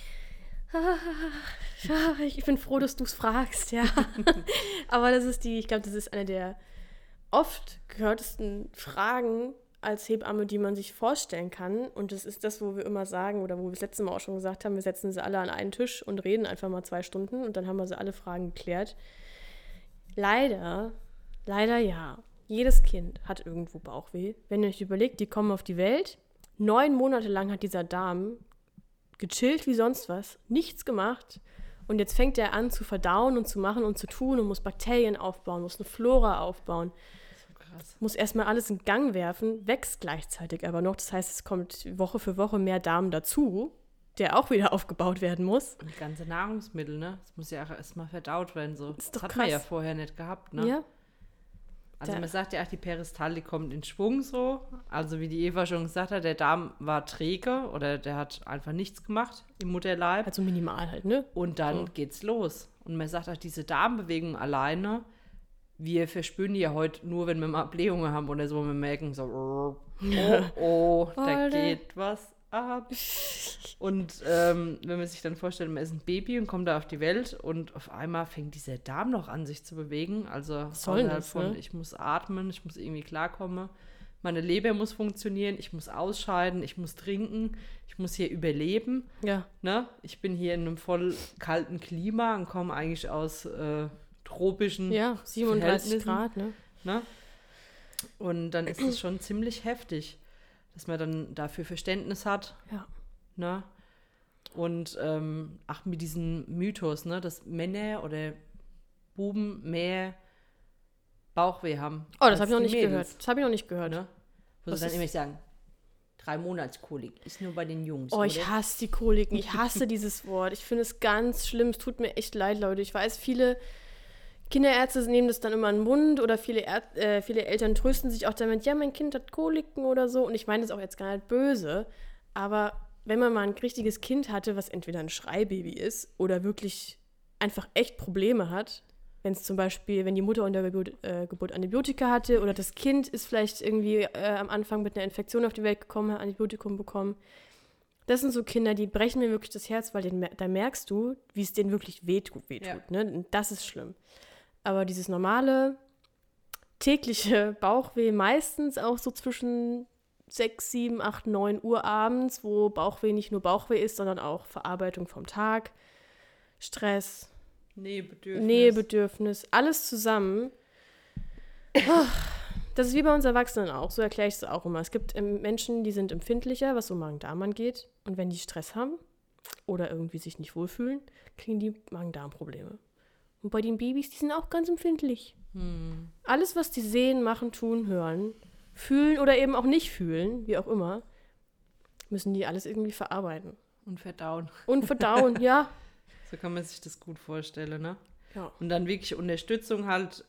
Ich bin froh, dass du es fragst, ja. Aber ich glaube, das ist eine der oft gehörtesten Fragen als Hebamme, die man sich vorstellen kann. Und das ist das, wo wir immer sagen, oder wo wir das letzte Mal auch schon gesagt haben, wir setzen sie alle an einen Tisch und reden einfach mal 2 Stunden und dann haben wir sie alle Fragen geklärt. Leider ja. Jedes Kind hat irgendwo Bauchweh. Wenn ihr euch überlegt, die kommen auf die Welt, 9 Monate lang hat dieser Darm gechillt wie sonst was, nichts gemacht und jetzt fängt er an zu verdauen und zu machen und zu tun und muss Bakterien aufbauen, muss eine Flora aufbauen. Krass. Muss erstmal alles in Gang werfen, wächst gleichzeitig aber noch. Das heißt, es kommt Woche für Woche mehr Darm dazu, der auch wieder aufgebaut werden muss. Und die ganze Nahrungsmittel, ne? Das muss ja auch erstmal verdaut werden. So. Das ist doch hat krass. Man ja vorher nicht gehabt, ne? Ja. Also man sagt ja auch, die Peristaltik kommt in Schwung so. Also wie die Eva schon gesagt hat, der Darm war träge oder der hat einfach nichts gemacht im Mutterleib. Also minimal halt, ne? Und dann geht's los. Und man sagt auch, diese Darmbewegung alleine, wir verspüren die ja heute nur, wenn wir mal Blähungen haben oder so, und wir merken so, da geht was ab. Und wenn man sich dann vorstellt, man ist ein Baby und kommt da auf die Welt und auf einmal fängt dieser Darm noch an, sich zu bewegen. Also ich muss atmen, ich muss irgendwie klarkommen. Meine Leber muss funktionieren, ich muss ausscheiden, ich muss trinken, ich muss hier überleben. Ja. Ne? Ich bin hier in einem voll kalten Klima und komme eigentlich aus tropischen 37 Grad, ne? Und dann ist es schon ziemlich heftig, dass man dann dafür Verständnis hat. Ja. Ne? Und mit diesem Mythos, ne, dass Männer oder Buben mehr Bauchweh haben. Oh, das habe ich noch nicht gehört. Das habe ich noch nicht gehört. Ne? Wo sie dann immer sagen, 3 Monatskolik ist nur bei den Jungs. Oh, ich hasse die Koliken. Ich hasse dieses Wort. Ich finde es ganz schlimm. Es tut mir echt leid, Leute. Ich weiß, viele Kinderärzte nehmen das dann immer in den Mund oder viele Eltern trösten sich auch damit, ja, mein Kind hat Koliken oder so. Und ich meine das auch jetzt gar nicht böse. Aber wenn man mal ein richtiges Kind hatte, was entweder ein Schreibaby ist oder wirklich einfach echt Probleme hat, wenn es zum Beispiel, wenn die Mutter unter Geburt Antibiotika hatte oder das Kind ist vielleicht irgendwie am Anfang mit einer Infektion auf die Welt gekommen, hat Antibiotikum bekommen. Das sind so Kinder, die brechen mir wirklich das Herz, weil da merkst du, wie es denen wirklich wehtut. Ja. Ne? Und das ist schlimm. Aber dieses normale, tägliche Bauchweh, meistens auch so zwischen 6, 7, 8, 9 Uhr abends, wo Bauchweh nicht nur Bauchweh ist, sondern auch Verarbeitung vom Tag, Stress, Nähebedürfnis, alles zusammen. Das ist wie bei uns Erwachsenen auch, so erkläre ich es auch immer. Es gibt Menschen, die sind empfindlicher, was so Magen-Darm angeht. Und wenn die Stress haben oder irgendwie sich nicht wohlfühlen, kriegen die Magen-Darm-Probleme. Und bei den Babys, die sind auch ganz empfindlich. Alles, was die sehen, machen, tun, hören, fühlen oder eben auch nicht fühlen, wie auch immer, müssen die alles irgendwie verarbeiten. Und verdauen. Ja. So kann man sich das gut vorstellen, ne? Ja. Und dann wirklich Unterstützung halt,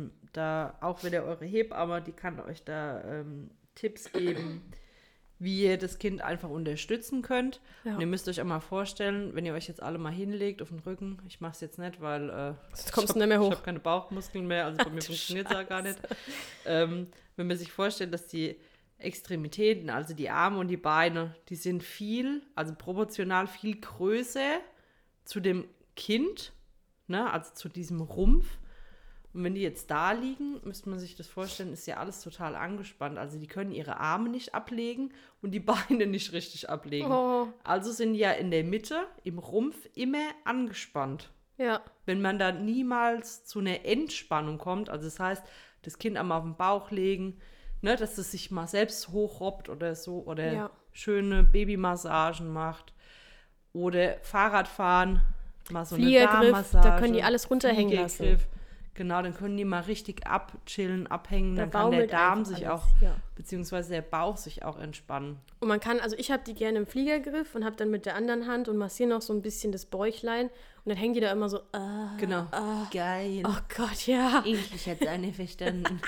da auch wieder eure Hebamme, die kann euch da Tipps geben, wie ihr das Kind einfach unterstützen könnt. Ja. Und ihr müsst euch auch mal vorstellen, wenn ihr euch jetzt alle mal hinlegt auf den Rücken, ich mache es jetzt nicht, weil ich habe keine Bauchmuskeln mehr, also bei mir funktioniert es ja gar nicht. Wenn man sich vorstellt, dass die Extremitäten, also die Arme und die Beine, die sind proportional viel größer zu dem Kind, ne, also zu diesem Rumpf. Und wenn die jetzt da liegen, müsste man sich das vorstellen, ist ja alles total angespannt. Also die können ihre Arme nicht ablegen und die Beine nicht richtig ablegen. Oh. Also sind die ja in der Mitte, im Rumpf, immer angespannt. Ja. Wenn man da niemals zu einer Entspannung kommt, also das heißt, das Kind einmal auf den Bauch legen, ne, dass es sich mal selbst hochrobbt oder so, oder schöne Babymassagen macht. Oder Fahrradfahren, mal so eine Darmmassage. Da können die alles runterhängen lassen. Genau, dann können die mal richtig abchillen, abhängen. Dann kann der Darm sich auch, beziehungsweise der Bauch sich auch entspannen. Und man kann, also ich habe die gerne im Fliegergriff und habe dann mit der anderen Hand und massiere noch so ein bisschen das Bäuchlein. Und dann hängen die da immer so, genau, geil. Oh Gott, ja. Endlich hat es eine verstanden.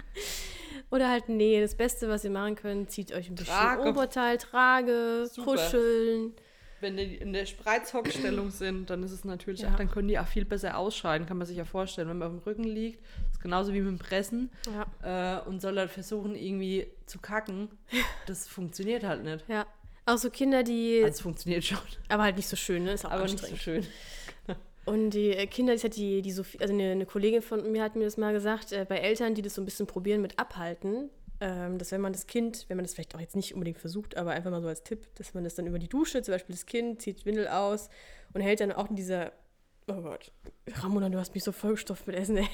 Oder halt, das Beste, was ihr machen könnt, zieht euch ein bisschen Oberteil, Trage, super. Kuscheln. Wenn die in der Spreizhockstellung sind, dann ist es natürlich dann können die auch viel besser ausscheiden, kann man sich ja vorstellen. Wenn man auf dem Rücken liegt, ist genauso wie mit dem Pressen und soll dann versuchen, irgendwie zu kacken, das funktioniert halt nicht. Ja, auch so Kinder, die... Also es funktioniert schon. Aber halt nicht so schön, ne? Ist auch aber anstrengend. nicht so schön. Und die Kinder, das hat die Sophie, also eine Kollegin von mir hat mir das mal gesagt, bei Eltern, die das so ein bisschen probieren mit Abhalten, dass wenn man das vielleicht auch jetzt nicht unbedingt versucht, aber einfach mal so als Tipp, dass man das dann über die Dusche, zum Beispiel das Kind, zieht Windel aus und hält dann auch in dieser, oh Gott, Ramona, du hast mich so vollgestopft mit Essen, ey.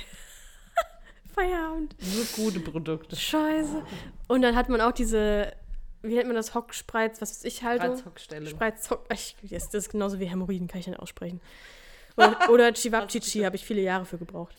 Feierabend. Nur gute Produkte. Scheiße. Und dann hat man auch diese, wie nennt man das, Hockspreiz, was weiß ich, Haltung? Spreizhockstellung. Das ist genauso wie Hämorrhoiden, kann ich nicht aussprechen. Oder Chivapchichi, habe ich viele Jahre für gebraucht.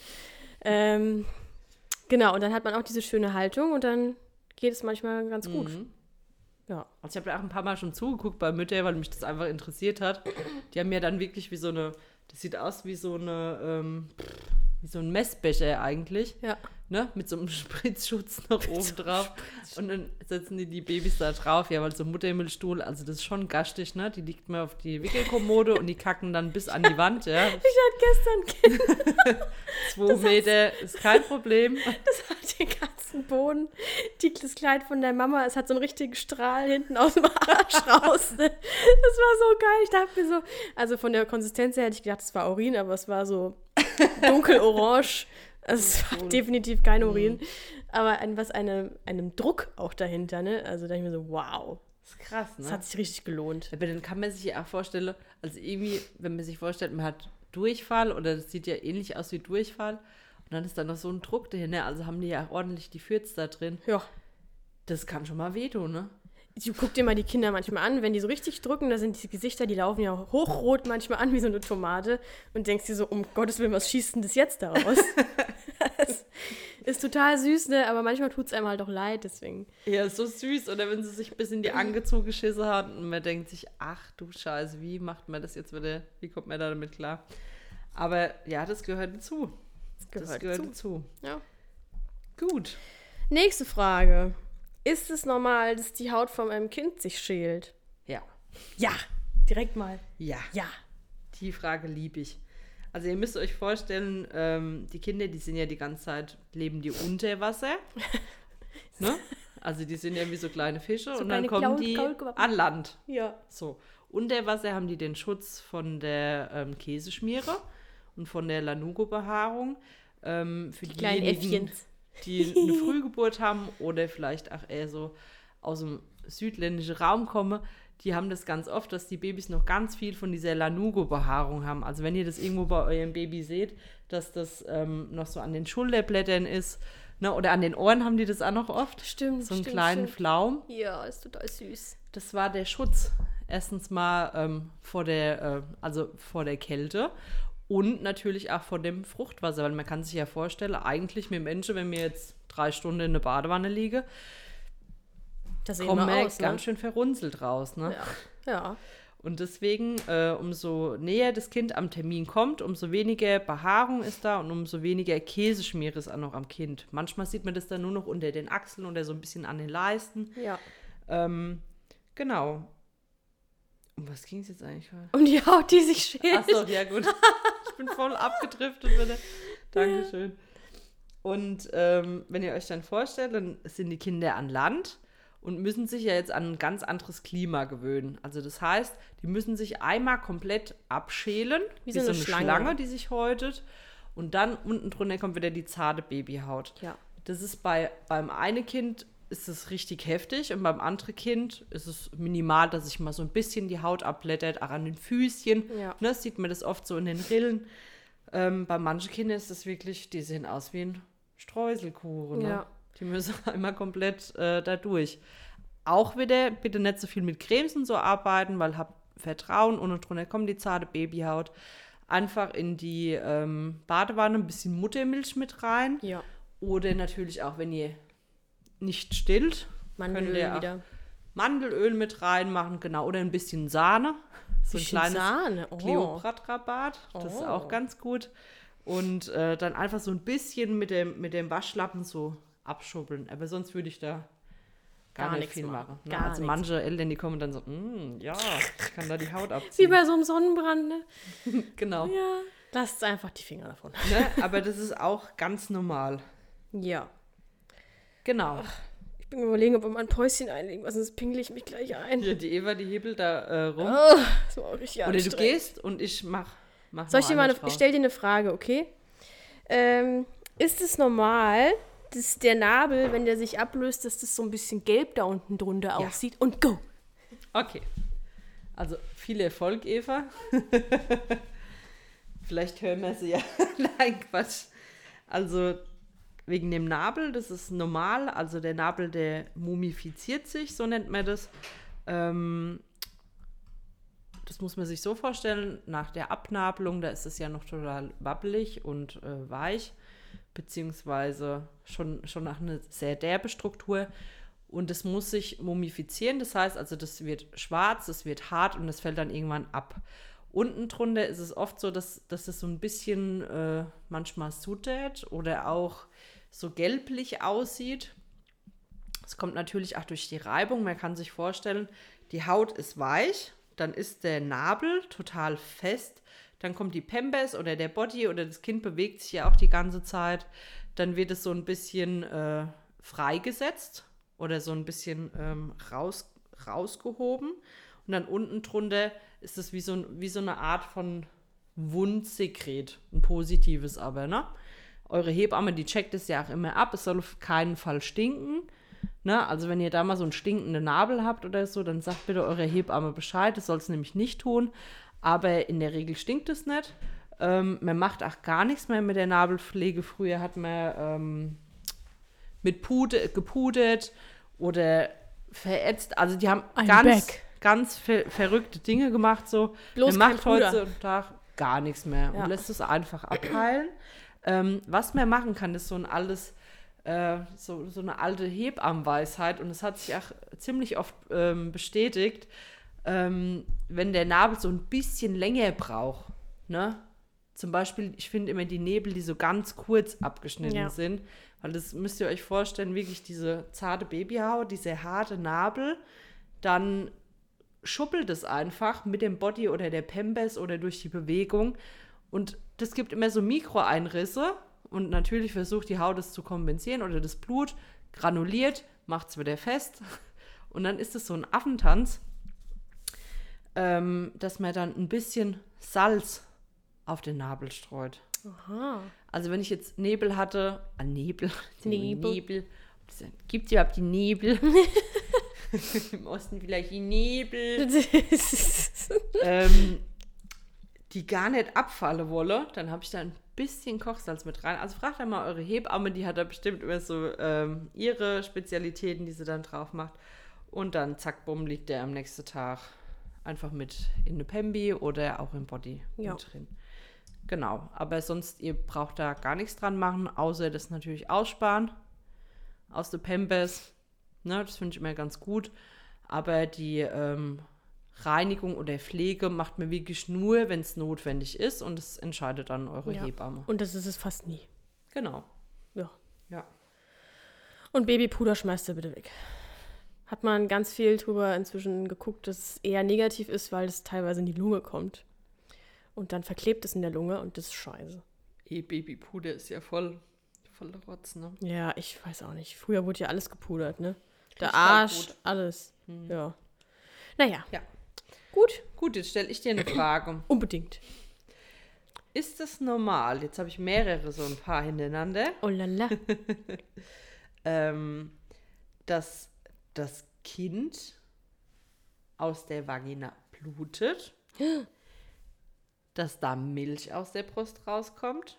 Genau, und dann hat man auch diese schöne Haltung und dann geht es manchmal ganz gut. Ja. Also ich habe ja auch ein paar Mal schon zugeguckt bei Müttern, weil mich das einfach interessiert hat. Die haben ja dann wirklich wie so eine, das sieht aus wie so ein Messbecher eigentlich. Ja. ne, mit so einem Spritzschutz noch oben drauf. Und dann setzen die Babys da drauf. Ja, weil so ein Muttermilchstuhl, also das ist schon gastig, ne? Die liegt mir auf die Wickelkommode und die kacken dann bis an die Wand, ja. Ich hatte gestern ein Kind. 2 Meter ist kein Problem. Das hat den ganzen Boden. Das Kleid von der Mama, es hat so einen richtigen Strahl hinten aus dem Arsch raus. Das war so geil. Ich dachte mir so, also von der Konsistenz her hätte ich gedacht, es war Urin, aber es war so dunkelorange. Also es war definitiv kein Urin. Aber einem Druck auch dahinter, ne? Also da dachte ich mir so, wow. Das ist krass, ne? Das hat sich richtig gelohnt. Aber dann kann man sich ja auch vorstellen, also irgendwie, wenn man sich vorstellt, man hat Durchfall oder das sieht ja ähnlich aus wie Durchfall und dann ist da noch so ein Druck dahinter, also haben die ja ordentlich die Fürze da drin. Ja. Das kann schon mal wehtun, ne? Du guck dir mal die Kinder manchmal an, wenn die so richtig drücken, da sind die Gesichter, die laufen ja hochrot manchmal an wie so eine Tomate und denkst dir so, um Gottes Willen, was schießt denn das jetzt daraus? Das ist total süß, ne? Aber manchmal tut es einem halt auch leid, deswegen. Ja, so süß. Oder wenn sie sich bis in die Ange zugeschissen hat und man denkt sich, ach du Scheiße, wie macht man das jetzt wieder? Wie kommt man da damit klar? Aber ja, das gehört dazu. Das gehört dazu. Ja. Gut. Nächste Frage. Ist es normal, dass die Haut von einem Kind sich schält? Ja. Ja. Direkt mal. Ja. Ja. Die Frage liebe ich. Also ihr müsst euch vorstellen, die Kinder, die sind ja die ganze Zeit, leben die unter Wasser. Ne? Also die sind ja wie so kleine Fische So und dann kleine kommen die an Land. Ja. So. Unter Wasser haben die den Schutz von der Käseschmiere und von der Lanugo-Behaarung. Für Die kleinen diejenigen, Äffchens. die eine Frühgeburt haben oder vielleicht auch eher so aus dem südländischen Raum kommen, die haben das ganz oft, dass die Babys noch ganz viel von dieser Lanugo-Behaarung haben. Also wenn ihr das irgendwo bei eurem Baby seht, dass das noch so an den Schulterblättern ist, ne, oder an den Ohren haben die das auch noch oft. Stimmt, so einen kleinen Flaum. Ja, ist total süß. Das war der Schutz. Erstens mal vor der Kälte und natürlich auch vor dem Fruchtwasser, weil man kann sich ja vorstellen, eigentlich mit Menschen, wenn wir jetzt 3 Stunden in der Badewanne liegen, kommen wir ganz schön verrunzelt raus. Ne? Ja. Und deswegen, umso näher das Kind am Termin kommt, umso weniger Behaarung ist da und umso weniger Käseschmiere ist auch noch am Kind. Manchmal sieht man das dann nur noch unter den Achseln oder so ein bisschen an den Leisten. Ja. Genau. Um was ging es jetzt eigentlich? Um die Haut, die sich schält. Achso, ja gut. Ich bin voll abgedriftet, bitte. Dankeschön. Und wenn ihr euch dann vorstellt, dann sind die Kinder an Land und müssen sich ja jetzt an ein ganz anderes Klima gewöhnen. Also das heißt, die müssen sich einmal komplett abschälen, wie so eine Schlange, die sich häutet. Und dann unten drunter kommt wieder die zarte Babyhaut. Ja. Das ist beim einen Kind ist es richtig heftig und beim anderen Kind ist es minimal, dass sich mal so ein bisschen die Haut abblättert, auch an den Füßchen. Ja. Ne, sieht man das oft so in den Rillen. Bei manchen Kindern ist das wirklich, die sehen aus wie ein Streuselkuchen. Ne? Ja. Die müssen einmal komplett da durch. Auch wieder bitte nicht so viel mit Cremes und so arbeiten, weil habt Vertrauen, unten drunter kommt die zarte Babyhaut. Einfach in die Badewanne ein bisschen Muttermilch mit rein. Ja. Oder natürlich auch, wenn ihr nicht stillt, Mandelöl könnt ihr wieder. Mandelöl mit reinmachen, genau. Oder ein bisschen Sahne. So ein kleines Sahne? Oh. Kleopatra-Bad. Das ist auch ganz gut. Und dann einfach so ein bisschen mit dem Waschlappen so abschubbeln. Aber sonst würde ich da gar nicht viel machen. Ne? Also manche Eltern, die kommen dann so, ja, ich kann da die Haut abziehen. Wie bei so einem Sonnenbrand, ne? Genau. Ja. Lasst einfach die Finger davon. Ne? Aber das ist auch ganz normal. Ja. Genau. Ich bin überlegen, ob wir mal ein Päuschen einlegen, weil sonst pingle ich mich gleich ein. Ja, die Eva, die hebelt da rum. Das war auch richtig Oder du anstrengend. gehst und ich mach Soll ich dir mal ich stell dir eine Frage, okay? Ist es normal, dass der Nabel, wenn der sich ablöst, dass das so ein bisschen gelb da unten drunter aussieht? Und go! Okay. Also viel Erfolg, Eva. Vielleicht hören wir sie ja. Nein, Quatsch. Also wegen dem Nabel, das ist normal. Also der Nabel, der mumifiziert sich, so nennt man das. Das muss man sich so vorstellen, nach der Abnabelung, da ist es ja noch total wabbelig und weich, beziehungsweise schon nach einer sehr derbe Struktur. Und das muss sich mumifizieren, das heißt also, das wird schwarz, das wird hart und das fällt dann irgendwann ab. Unten drunter ist es oft so, dass es so ein bisschen manchmal sudert oder auch so gelblich aussieht. Es kommt natürlich auch durch die Reibung. Man kann sich vorstellen, die Haut ist weich, dann ist der Nabel total fest, dann kommt die Pembes oder der Body oder das Kind bewegt sich ja auch die ganze Zeit. Dann wird es so ein bisschen freigesetzt oder so ein bisschen rausgehoben. Und dann unten drunter ist es wie so eine Art von Wundsekret, ein positives aber, ne? Eure Hebamme, die checkt es ja auch immer ab, es soll auf keinen Fall stinken, ne? Also wenn ihr da mal so einen stinkenden Nabel habt oder so, dann sagt bitte eurer Hebamme Bescheid, das soll es nämlich nicht tun, aber in der Regel stinkt es nicht. Man macht auch gar nichts mehr mit der Nabelpflege. Früher hat man mit gepudert oder verätzt, also die haben ganz verrückte Dinge gemacht, so. Bloß man macht kein Puder. heutzutage gar nichts mehr und lässt es einfach abheilen. Was man machen kann, ist so ein altes, so eine alte Hebammenweisheit und es hat sich auch ziemlich oft bestätigt, wenn der Nabel so ein bisschen länger braucht, ne? Zum Beispiel, ich finde immer die Näbel, die so ganz kurz abgeschnitten sind, weil das müsst ihr euch vorstellen, wirklich diese zarte Babyhaut, dieser harte Nabel, dann schuppelt es einfach mit dem Body oder der Pembes oder durch die Bewegung und das gibt immer so Mikroeinrisse und natürlich versucht die Haut es zu kompensieren oder das Blut granuliert, macht es wieder fest und dann ist es so ein Affentanz, dass man dann ein bisschen Salz auf den Nabel streut. Aha. Also wenn ich jetzt Nebel hatte, Nebel. Gibt es überhaupt die Nebel? Im Osten vielleicht die Nebel. Die gar nicht abfallen wolle, dann habe ich da ein bisschen Kochsalz mit rein. Also fragt einmal eure Hebamme, die hat da bestimmt immer so ihre Spezialitäten, die sie dann drauf macht. Und dann zack, bumm, liegt der am nächsten Tag einfach mit in eine Pembi oder auch im Body mit drin. Genau, aber sonst, ihr braucht da gar nichts dran machen, außer das natürlich aussparen aus der Pembes. Ne, das finde ich immer ganz gut. Aber die Reinigung oder Pflege macht man wirklich nur, wenn es notwendig ist und das entscheidet dann eure Hebamme. Und das ist es fast nie. Genau. Ja. Und Babypuder schmeißt ihr bitte weg. Hat man ganz viel drüber inzwischen geguckt, dass es eher negativ ist, weil es teilweise in die Lunge kommt. Und dann verklebt es in der Lunge und das ist scheiße. Babypuder ist ja voll Rotz, ne? Ja, ich weiß auch nicht. Früher wurde ja alles gepudert, ne? Der Riecht Arsch, gut. alles. Ja. Naja. Ja. Gut, jetzt stelle ich dir eine Frage. Unbedingt. Ist es normal, jetzt habe ich mehrere, so ein paar hintereinander, Oh lala. dass das Kind aus der Vagina blutet, dass da Milch aus der Brust rauskommt?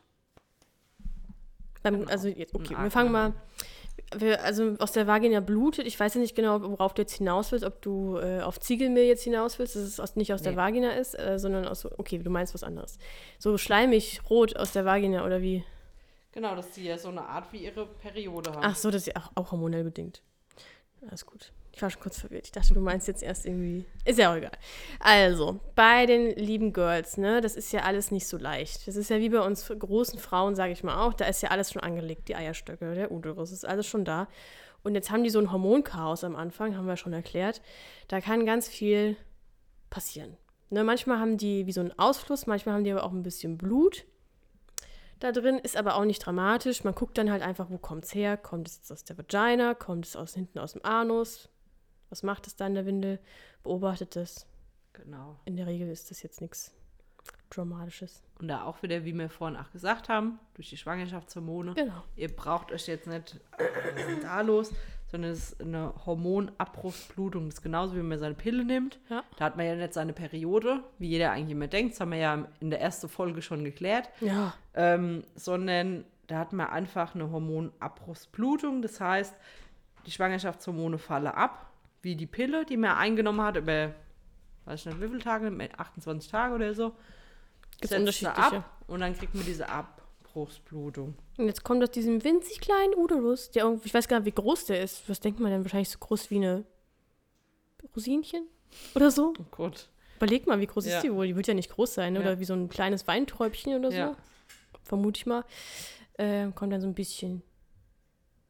Also, jetzt, okay, wir fangen mal. Also aus der Vagina blutet. Ich weiß ja nicht genau, worauf du jetzt hinaus willst, ob du auf Ziegelmehl jetzt hinaus willst, dass es nicht aus der Vagina ist, sondern aus, okay, du meinst was anderes. So schleimig, rot aus der Vagina oder wie? Genau, dass die ja so eine Art wie ihre Periode haben. Ach so, das ist ja auch hormonell bedingt. Alles gut. Ich war schon kurz verwirrt. Ich dachte, du meinst jetzt erst irgendwie. Ist ja auch egal. Also, bei den lieben Girls, ne, das ist ja alles nicht so leicht. Das ist ja wie bei uns großen Frauen, sage ich mal auch, da ist ja alles schon angelegt, die Eierstöcke, der Uterus, ist alles schon da. Und jetzt haben die so ein Hormonchaos am Anfang, haben wir schon erklärt. Da kann ganz viel passieren. Ne, manchmal haben die wie so einen Ausfluss, manchmal haben die aber auch ein bisschen Blut. Da drin ist aber auch nicht dramatisch. Man guckt dann halt einfach, wo kommt es her? Kommt es aus der Vagina? Kommt es hinten aus dem Anus? Was macht es da in der Windel? Beobachtet es. Genau. In der Regel ist das jetzt nichts Dramatisches. Und da auch wieder, wie wir vorhin auch gesagt haben, durch die Schwangerschaftshormone. Genau. Ihr braucht euch jetzt nicht, was ist denn da los? Sondern es ist eine Hormonabbruchsblutung. Das ist genauso, wie wenn man seine Pille nimmt. Ja. Da hat man ja nicht seine Periode, wie jeder eigentlich immer denkt. Das haben wir ja in der ersten Folge schon geklärt. Ja. Sondern da hat man einfach eine Hormonabbruchsblutung. Das heißt, die Schwangerschaftshormone fallen ab, wie die Pille, die man eingenommen hat, über, weiß ich nicht, wie viele Tage, 28 Tage oder so. Gibt es unterschiedliche. Ab und dann kriegt man diese Abbruchsblutung. Und jetzt kommt aus diesem winzig kleinen Uterus, der irgendwie, ich weiß gar nicht, wie groß der ist. Was denkt man denn? Wahrscheinlich so groß wie eine Rosinchen oder so? Oh Gott. Überleg mal, wie groß ist die wohl? Die wird ja nicht groß sein, Ja. oder wie so ein kleines Weinträubchen oder so. Ja. Vermute ich mal. Kommt dann so ein bisschen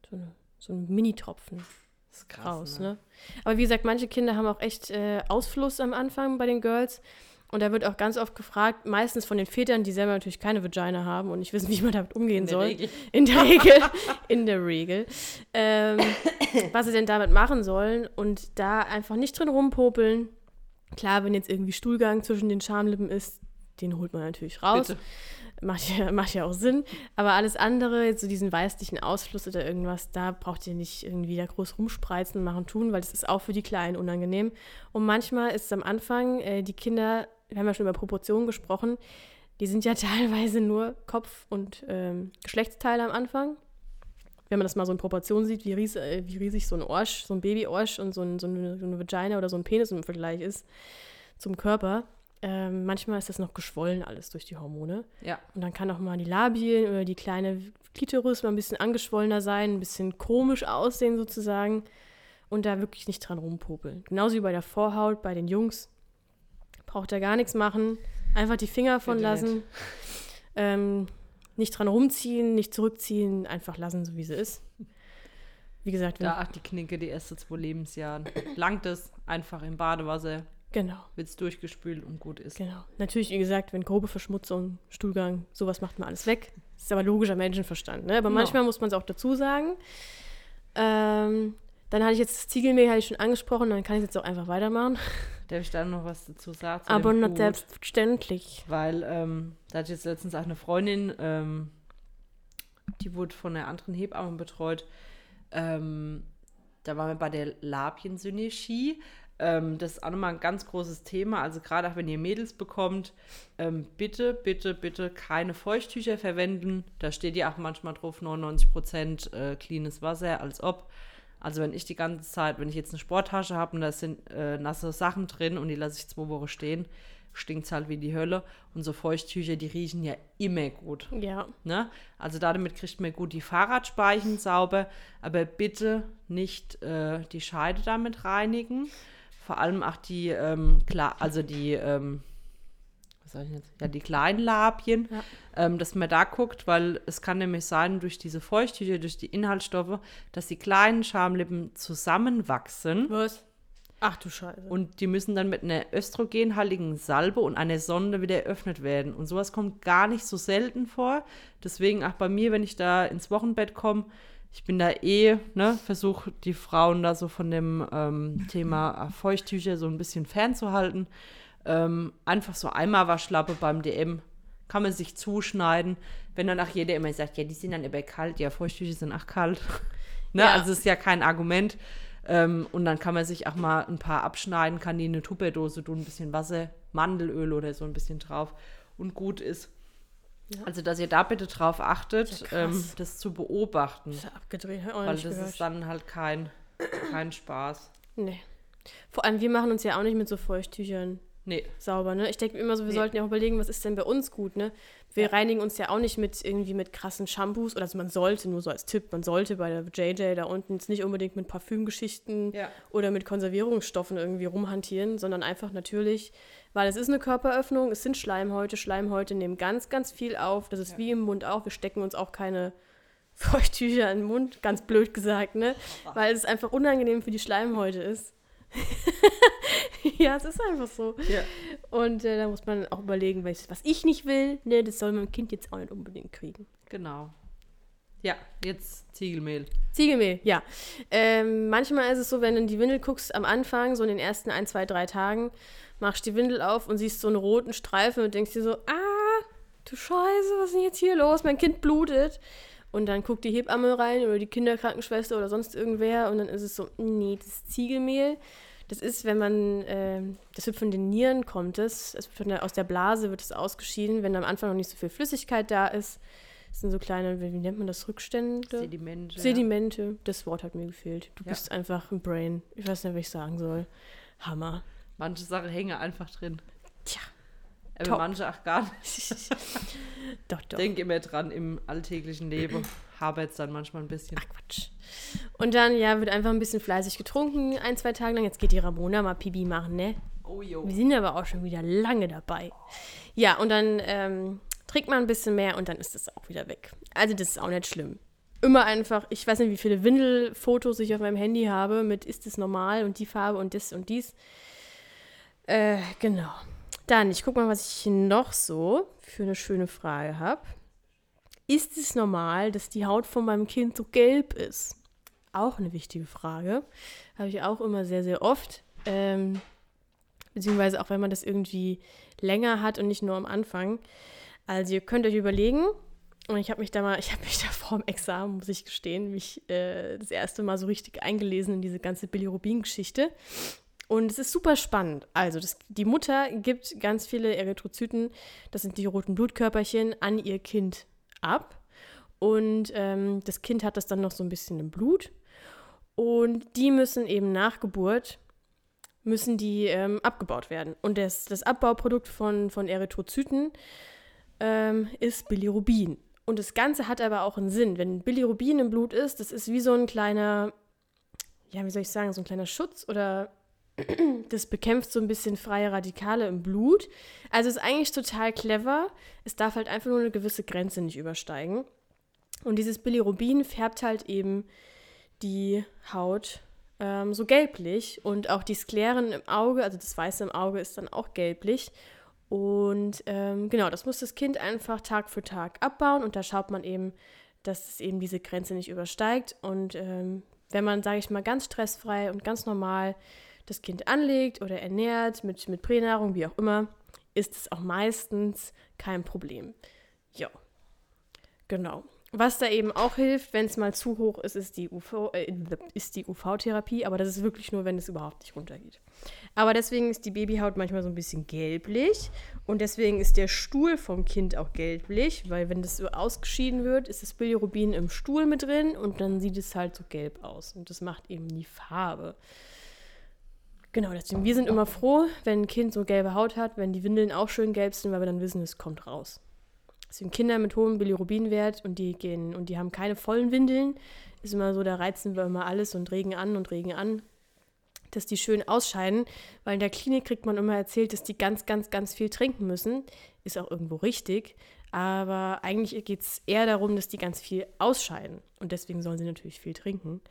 so ein Mini-Tropfen Das ist krass, raus. Ne? Aber wie gesagt, manche Kinder haben auch echt Ausfluss am Anfang bei den Girls. Und da wird auch ganz oft gefragt, meistens von den Vätern, die selber natürlich keine Vagina haben und nicht wissen, wie man damit umgehen soll. Regel. In der Regel. Was sie denn damit machen sollen und da einfach nicht drin rumpopeln. Klar, wenn jetzt irgendwie Stuhlgang zwischen den Schamlippen ist, den holt man natürlich raus. Bitte. Macht ja auch Sinn. Aber alles andere, jetzt so diesen weißlichen Ausfluss oder irgendwas, da braucht ihr nicht irgendwie da groß rumspreizen, machen, tun, weil das ist auch für die Kleinen unangenehm. Und manchmal ist es am Anfang, die Kinder, wir haben ja schon über Proportionen gesprochen, die sind ja teilweise nur Kopf und Geschlechtsteile am Anfang. Wenn man das mal so in Proportion sieht, wie riesig so ein Orsch, so ein Baby-Orsch und so eine Vagina oder so ein Penis im Vergleich ist zum Körper. Manchmal ist das noch geschwollen alles durch die Hormone. Ja. Und dann kann auch mal die Labien oder die kleine Klitoris mal ein bisschen angeschwollener sein, ein bisschen komisch aussehen sozusagen. Und da wirklich nicht dran rumpopeln. Genauso wie bei der Vorhaut, bei den Jungs. Braucht er gar nichts machen. Einfach die Finger von lassen. Nicht dran rumziehen, nicht zurückziehen. Einfach lassen, so wie sie ist. Wie gesagt, die Knicke, die ersten 2 Lebensjahren. Langt es einfach im Badewasser. Genau. Wird es durchgespült und gut ist. Genau. Natürlich, wie gesagt, wenn grobe Verschmutzung, Stuhlgang, sowas macht man alles weg. Das ist aber logischer Menschenverstand. Ne? Aber manchmal muss man es auch dazu sagen. Dann hatte ich jetzt das Ziegelmehl schon angesprochen, dann kann ich jetzt auch einfach weitermachen. Darf ich da noch was dazu sagen? Aber nicht selbstverständlich. Weil da hatte ich jetzt letztens auch eine Freundin, die wurde von einer anderen Hebamme betreut. Da waren wir bei der Labiensynergie. Das ist auch nochmal ein ganz großes Thema. Also gerade auch wenn ihr Mädels bekommt, bitte, bitte, bitte keine Feuchttücher verwenden. Da steht ja auch manchmal drauf 99% cleanes Wasser, als ob. Also wenn ich die ganze Zeit, wenn ich jetzt eine Sporttasche habe und da sind nasse Sachen drin und die lasse ich 2 Wochen stehen, stinkt es halt wie die Hölle. Und so Feuchttücher, die riechen ja immer gut. Ja. Ne? Also damit kriegt man gut die Fahrradspeichen sauber, aber bitte nicht die Scheide damit reinigen. Vor allem auch die, die kleinen Labien, dass man da guckt, weil es kann nämlich sein, durch diese Feuchttücher, durch die Inhaltsstoffe, dass die kleinen Schamlippen zusammenwachsen. Was? Ach du Scheiße. Und die müssen dann mit einer östrogenhaltigen Salbe und einer Sonde wieder eröffnet werden. Und sowas kommt gar nicht so selten vor. Deswegen auch bei mir, wenn ich da ins Wochenbett komme, ich bin da versuche die Frauen da so von dem Thema Feuchttücher so ein bisschen fernzuhalten. Einfach so einmal Waschlappe beim DM kann man sich zuschneiden. Wenn dann auch jeder immer sagt, ja, die sind dann aber kalt. Ja, Feuchttücher sind auch kalt. Ne? Ja. Also ist ja kein Argument. Und dann kann man sich auch mal ein paar abschneiden, kann die in eine Tupperdose tun, ein bisschen Wasser, Mandelöl oder so ein bisschen drauf und gut ist. Ja. Also, dass ihr da bitte drauf achtet, das zu beobachten. Das ist ja abgedreht, weil das ist dann halt kein Spaß. Nee. Vor allem, wir machen uns ja auch nicht mit so Feuchttüchern sauber, ne? Ich denke immer so, wir sollten ja auch überlegen, was ist denn bei uns gut, ne? Wir reinigen uns ja auch nicht mit krassen Shampoos, oder also man sollte, nur so als Tipp, man sollte bei der JJ da unten jetzt nicht unbedingt mit Parfümgeschichten oder mit Konservierungsstoffen irgendwie rumhantieren, sondern einfach natürlich, weil es ist eine Körperöffnung, es sind Schleimhäute nehmen ganz, ganz viel auf, das ist wie im Mund auch, wir stecken uns auch keine Feuchttücher in den Mund, ganz blöd gesagt, ne? Weil es einfach unangenehm für die Schleimhäute ist. Ja, es ist einfach so. Ja. Und da muss man auch überlegen, was ich nicht will, ne, das soll mein Kind jetzt auch nicht unbedingt kriegen. Genau. Ja, jetzt Ziegelmehl. Ziegelmehl, ja. Manchmal ist es so, wenn du in die Windel guckst, am Anfang, so in den ersten 1, 2, 3 Tagen, machst du die Windel auf und siehst so einen roten Streifen und denkst dir so, du Scheiße, was ist denn jetzt hier los? Mein Kind blutet. Und dann guckt die Hebamme rein oder die Kinderkrankenschwester oder sonst irgendwer und dann ist es so, nee, das ist Ziegelmehl. Das ist, wenn man, das wird von den Nieren kommt es aus der Blase wird es ausgeschieden, wenn am Anfang noch nicht so viel Flüssigkeit da ist. Das sind so kleine, wie nennt man das, Rückstände? Sedimente, das Wort hat mir gefehlt. Du bist einfach ein Brain. Ich weiß nicht, was ich sagen soll. Hammer. Manche Sachen hängen einfach drin. Tja. Aber manche auch gar nicht. Doch. Denk immer dran, im alltäglichen Leben habert es dann manchmal ein bisschen. Ach Quatsch. Und dann, wird einfach ein bisschen fleißig getrunken, 1, 2 Tage lang. Jetzt geht die Ramona mal Pipi machen, ne? Oh jo. Wir sind aber auch schon wieder lange dabei. Ja, und dann trinkt man ein bisschen mehr und dann ist das auch wieder weg. Also das ist auch nicht schlimm. immer einfach, ich weiß nicht, wie viele Windelfotos ich auf meinem Handy habe mit ist es normal und die Farbe und das und dies. Genau. Dann, ich gucke mal, was ich noch so für eine schöne Frage habe. Ist es normal, dass die Haut von meinem Kind so gelb ist? Auch eine wichtige Frage. Habe ich auch immer sehr, sehr oft. Beziehungsweise auch, wenn man das irgendwie länger hat und nicht nur am Anfang. Also ihr könnt euch überlegen, und ich habe mich da vor dem Examen, muss ich gestehen, das erste Mal so richtig eingelesen in diese ganze Bilirubin-Geschichte. Und es ist super spannend. Also die Mutter gibt ganz viele Erythrozyten, das sind die roten Blutkörperchen, an ihr Kind ab. Und das Kind hat das dann noch so ein bisschen im Blut. Und die müssen eben nach Geburt abgebaut werden. Und das Abbauprodukt von Erythrozyten ist Bilirubin. Und das Ganze hat aber auch einen Sinn. Wenn Bilirubin im Blut ist, das ist wie so ein kleiner, ja, wie soll ich sagen, so ein kleiner Schutz oder das bekämpft so ein bisschen freie Radikale im Blut. Also ist eigentlich total clever. Es darf halt einfach nur eine gewisse Grenze nicht übersteigen. Und dieses Bilirubin färbt halt eben die Haut so gelblich. Und auch die Skleren im Auge, also das Weiße im Auge ist dann auch gelblich. Und genau, das muss das Kind einfach Tag für Tag abbauen. Und da schaut man eben, dass es eben diese Grenze nicht übersteigt. Und wenn man, sage ich mal, ganz stressfrei und ganz normal das Kind anlegt oder ernährt mit Pränahrung, wie auch immer, ist es auch meistens kein Problem. Ja, genau. Was da eben auch hilft, wenn es mal zu hoch ist, ist die UV-Therapie, aber das ist wirklich nur, wenn es überhaupt nicht runtergeht. Aber deswegen ist die Babyhaut manchmal so ein bisschen gelblich und deswegen ist der Stuhl vom Kind auch gelblich, weil wenn das so ausgeschieden wird, ist das Bilirubin im Stuhl mit drin und dann sieht es halt so gelb aus und das macht eben die Farbe. Genau, deswegen, wir sind immer froh, wenn ein Kind so gelbe Haut hat, wenn die Windeln auch schön gelb sind, weil wir dann wissen, es kommt raus. Deswegen Kinder mit hohem Bilirubinwert und die haben keine vollen Windeln, ist immer so, da reizen wir immer alles und regen an, dass die schön ausscheiden, weil in der Klinik kriegt man immer erzählt, dass die ganz, ganz, ganz viel trinken müssen. Ist auch irgendwo richtig, aber eigentlich geht es eher darum, dass die ganz viel ausscheiden und deswegen sollen sie natürlich viel trinken.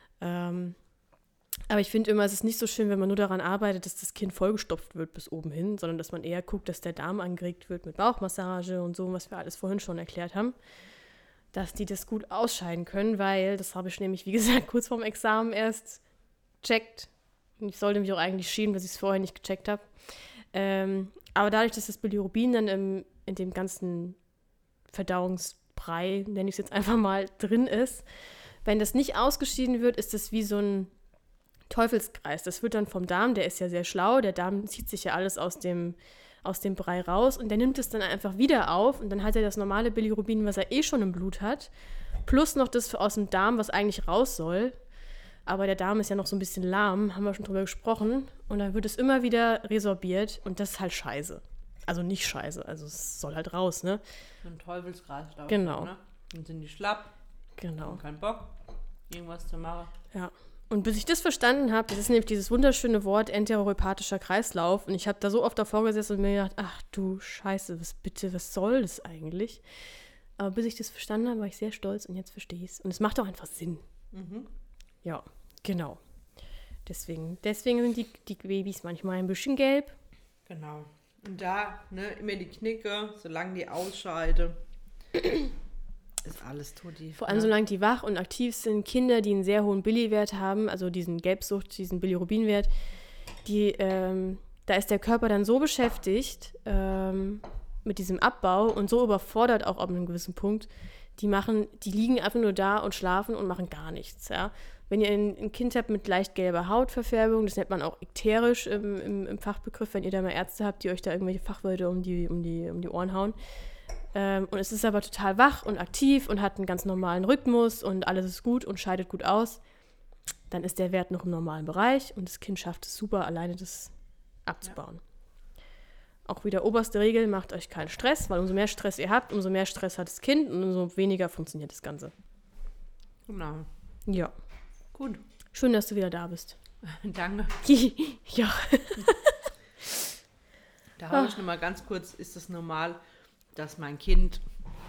Aber ich finde immer, es ist nicht so schön, wenn man nur daran arbeitet, dass das Kind vollgestopft wird bis oben hin, sondern dass man eher guckt, dass der Darm angeregt wird mit Bauchmassage und so, was wir alles vorhin schon erklärt haben, dass die das gut ausscheiden können, weil das habe ich nämlich, wie gesagt, kurz vorm Examen erst checkt. Und ich sollte mich auch eigentlich schämen, dass ich es vorher nicht gecheckt habe. Aber dadurch, dass das Bilirubin dann in dem ganzen Verdauungsbrei, nenne ich es jetzt einfach mal, drin ist, wenn das nicht ausgeschieden wird, ist das wie so ein Teufelskreis. Das wird dann vom Darm, der ist ja sehr schlau, der Darm zieht sich ja alles aus dem Brei raus und der nimmt es dann einfach wieder auf und dann hat er das normale Bilirubin, was er schon im Blut hat, plus noch das aus dem Darm, was eigentlich raus soll. Aber der Darm ist ja noch so ein bisschen lahm, haben wir schon drüber gesprochen. Und dann wird es immer wieder resorbiert und das ist halt scheiße. Also nicht scheiße, also es soll halt raus, ne? So ein Teufelskreislauf. Genau. Ne? Dann sind die schlapp, genau. haben keinen Bock, irgendwas zu machen. Ja. Und bis ich das verstanden habe, das ist nämlich dieses wunderschöne Wort enterohepatischer Kreislauf. Und ich habe da so oft davor gesessen und mir gedacht, ach du Scheiße, was soll das eigentlich? Aber bis ich das verstanden habe, war ich sehr stolz und jetzt verstehe ich es. Und es macht auch einfach Sinn. Mhm. Ja, genau. Deswegen sind die Babys manchmal ein bisschen gelb. Genau. Und da, ne, immer die Knicke, solange die ausscheide, ist alles tutti. Vor allem, solange die wach und aktiv sind, Kinder, die einen sehr hohen Billi-Wert haben, also diesen Gelbsucht, diesen Bilirubinwert, da ist der Körper dann so beschäftigt mit diesem Abbau und so überfordert auch ab einem gewissen Punkt, die liegen einfach nur da und schlafen und machen gar nichts, ja. Wenn ihr ein Kind habt mit leicht gelber Hautverfärbung, das nennt man auch ikterisch im Fachbegriff, wenn ihr da mal Ärzte habt, die euch da irgendwelche Fachwörter um die Ohren hauen. Und es ist aber total wach und aktiv und hat einen ganz normalen Rhythmus und alles ist gut und scheidet gut aus, dann ist der Wert noch im normalen Bereich und das Kind schafft es super, alleine das abzubauen. Ja. Auch wieder oberste Regel, macht euch keinen Stress, weil umso mehr Stress ihr habt, umso mehr Stress hat das Kind und umso weniger funktioniert das Ganze. Genau. Ja. Gut. Schön, dass du wieder da bist. Danke. Ja. Da habe ich noch mal ganz kurz, ist es normal, dass mein Kind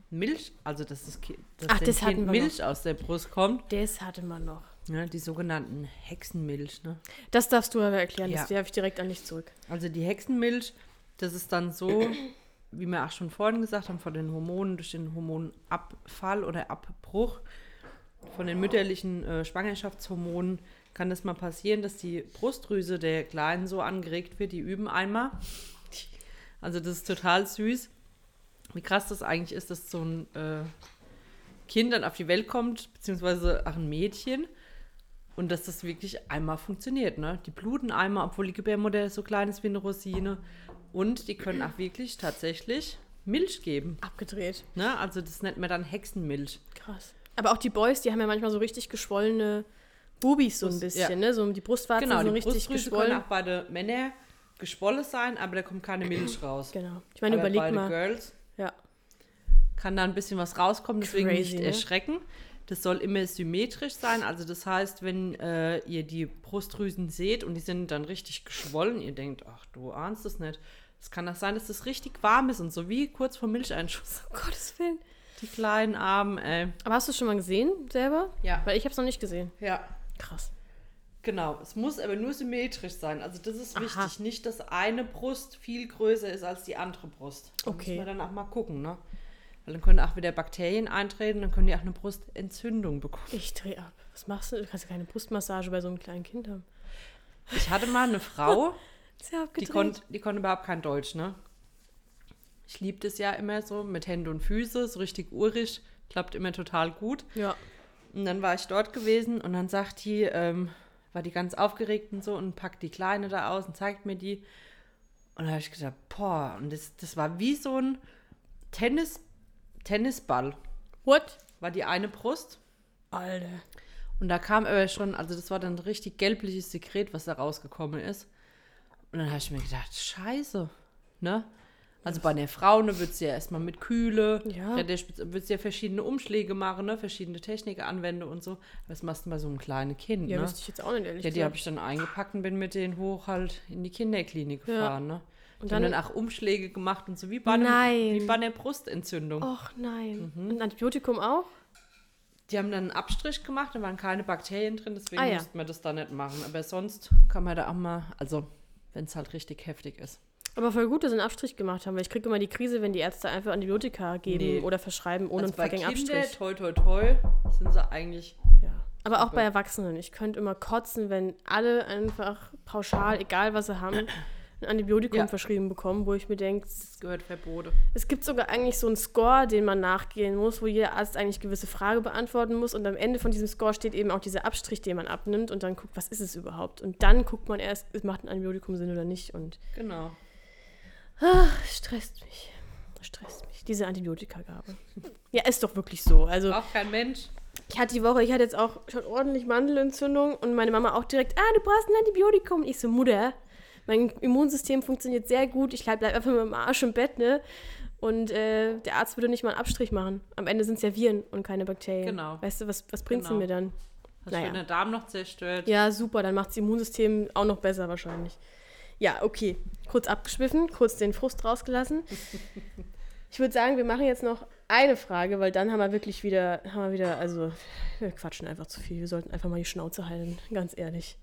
Milch, also dass Ach, dem das hatten Kind wir Milch aus der Brust kommt. Das hatte man noch. Ja, die sogenannten Hexenmilch, ne? Das darfst du aber erklären, Ja. das werfe ich direkt an dich zurück. Also die Hexenmilch, das ist dann so, wie wir auch schon vorhin gesagt haben, von den Hormonen, durch den Hormonabfall oder Abbruch von den mütterlichen Schwangerschaftshormonen kann das mal passieren, dass die Brustdrüse der Kleinen so angeregt wird, die üben einmal. Also das ist total süß. Wie krass das eigentlich ist, dass so ein Kind dann auf die Welt kommt, beziehungsweise auch ein Mädchen. Und dass das wirklich einmal funktioniert, ne? Die bluten einmal, obwohl die Gebärmutter so klein ist wie eine Rosine. Und die können auch wirklich tatsächlich Milch geben. Abgedreht. Ne? Also das nennt man dann Hexenmilch. Krass. Aber auch die Boys, die haben ja manchmal so richtig geschwollene Bubis so ein bisschen, ja. ne? So die Brustwarzen Genau, so die richtig Brustdrüse geschwollen. können auch bei den Männern geschwollen sein, aber da kommt keine Milch raus. Genau. Ich meine, Aber überleg bei den mal. Girls Ja. kann da ein bisschen was rauskommen, deswegen Crazy, nicht ne? erschrecken. Das soll immer symmetrisch sein, also das heißt, wenn ihr die Brustdrüsen seht und die sind dann richtig geschwollen, ihr denkt, ach, du ahnst es nicht. Es kann auch sein, dass das richtig warm ist und so wie kurz vor Milcheinschuss. Um Gottes Willen. Die kleinen Armen, ey. Aber hast du es schon mal gesehen selber? Ja. Weil ich habe es noch nicht gesehen. Ja, Krass. genau. Es muss aber nur symmetrisch sein. Also das ist Aha. wichtig. Nicht, dass eine Brust viel größer ist als die andere Brust. Da Okay. muss man dann auch mal gucken, ne? Weil dann können auch wieder Bakterien eintreten, dann können die auch eine Brustentzündung bekommen. Ich dreh ab. Was machst du? Du kannst ja keine Brustmassage bei so einem kleinen Kind haben. Ich hatte mal eine Frau, Ist ja die abgedreht. konnte überhaupt kein Deutsch, ne? Ich liebe das ja immer so mit Hände und Füße, so richtig urig. Klappt immer total gut. Ja. Und dann war ich dort gewesen und dann sagt die, war die ganz aufgeregt und so und packt die Kleine da aus und zeigt mir die. Und da habe ich gedacht, boah, und das war wie so ein Tennisball, What? war die eine Brust. Alter. Und da kam aber schon, also das war dann ein richtig gelbliches Sekret, was da rausgekommen ist. Und dann habe ich mir gedacht, scheiße, ne? Also bei einer Frau, ne, wird sie ja erstmal mit Kühle, Ja. wird sie ja verschiedene Umschläge machen, ne, verschiedene Techniken anwenden und so. Was machst du bei so einem kleinen Kind, Ja, ne? wüsste ich jetzt auch nicht, ehrlich Ja, die gesagt. habe ich dann eingepackt und bin mit denen hoch halt in die Kinderklinik Ja. gefahren, ne? Und Die haben dann- dann auch Umschläge gemacht und so, wie bei Nein. einer Brustentzündung. Och nein. Mhm. Und Antibiotikum auch? Die haben dann einen Abstrich gemacht, da waren keine Bakterien drin, deswegen Ah, ja. mussten wir das da nicht machen. Aber sonst kann man da auch mal, also wenn es halt richtig heftig ist. Aber voll gut, dass sie einen Abstrich gemacht haben, weil ich kriege immer die Krise, wenn die Ärzte einfach Antibiotika geben Nee. oder verschreiben ohne Also einen bei fucking Kindern, Abstrich. toi toi toi, sind sie eigentlich, Ja. Aber auch Super. bei Erwachsenen. Ich könnte immer kotzen, wenn alle einfach pauschal, egal was sie haben, ein Antibiotikum Ja. verschrieben bekommen, wo ich mir denke, das gehört verboten. es gibt sogar eigentlich so einen Score, den man nachgehen muss, wo jeder Arzt eigentlich gewisse Frage beantworten muss und am Ende von diesem Score steht eben auch dieser Abstrich, den man abnimmt und dann guckt, was ist es überhaupt? Und dann guckt man erst, macht ein Antibiotikum Sinn oder nicht und Genau. stresst mich. Diese Antibiotikagabe. Ja, ist doch wirklich so. Also Braucht kein Mensch. ich hatte jetzt auch schon ordentlich Mandelentzündung und meine Mama auch direkt, du brauchst ein Antibiotikum. Und ich so, Mutter, mein Immunsystem funktioniert sehr gut, ich bleib einfach mit meinem Arsch im Bett, ne? Und der Arzt würde nicht mal einen Abstrich machen. Am Ende sind es ja Viren und keine Bakterien. Genau. Weißt du, was bringt's Genau. denn mir dann? Hast Naja. du deinen Darm noch zerstört? Ja, super, dann macht das Immunsystem auch noch besser wahrscheinlich. Ja, okay. Kurz abgeschwiffen, kurz den Frust rausgelassen. Ich würde sagen, wir machen jetzt noch eine Frage, weil dann haben wir wieder, also wir quatschen einfach zu viel. Wir sollten einfach mal die Schnauze halten, ganz ehrlich.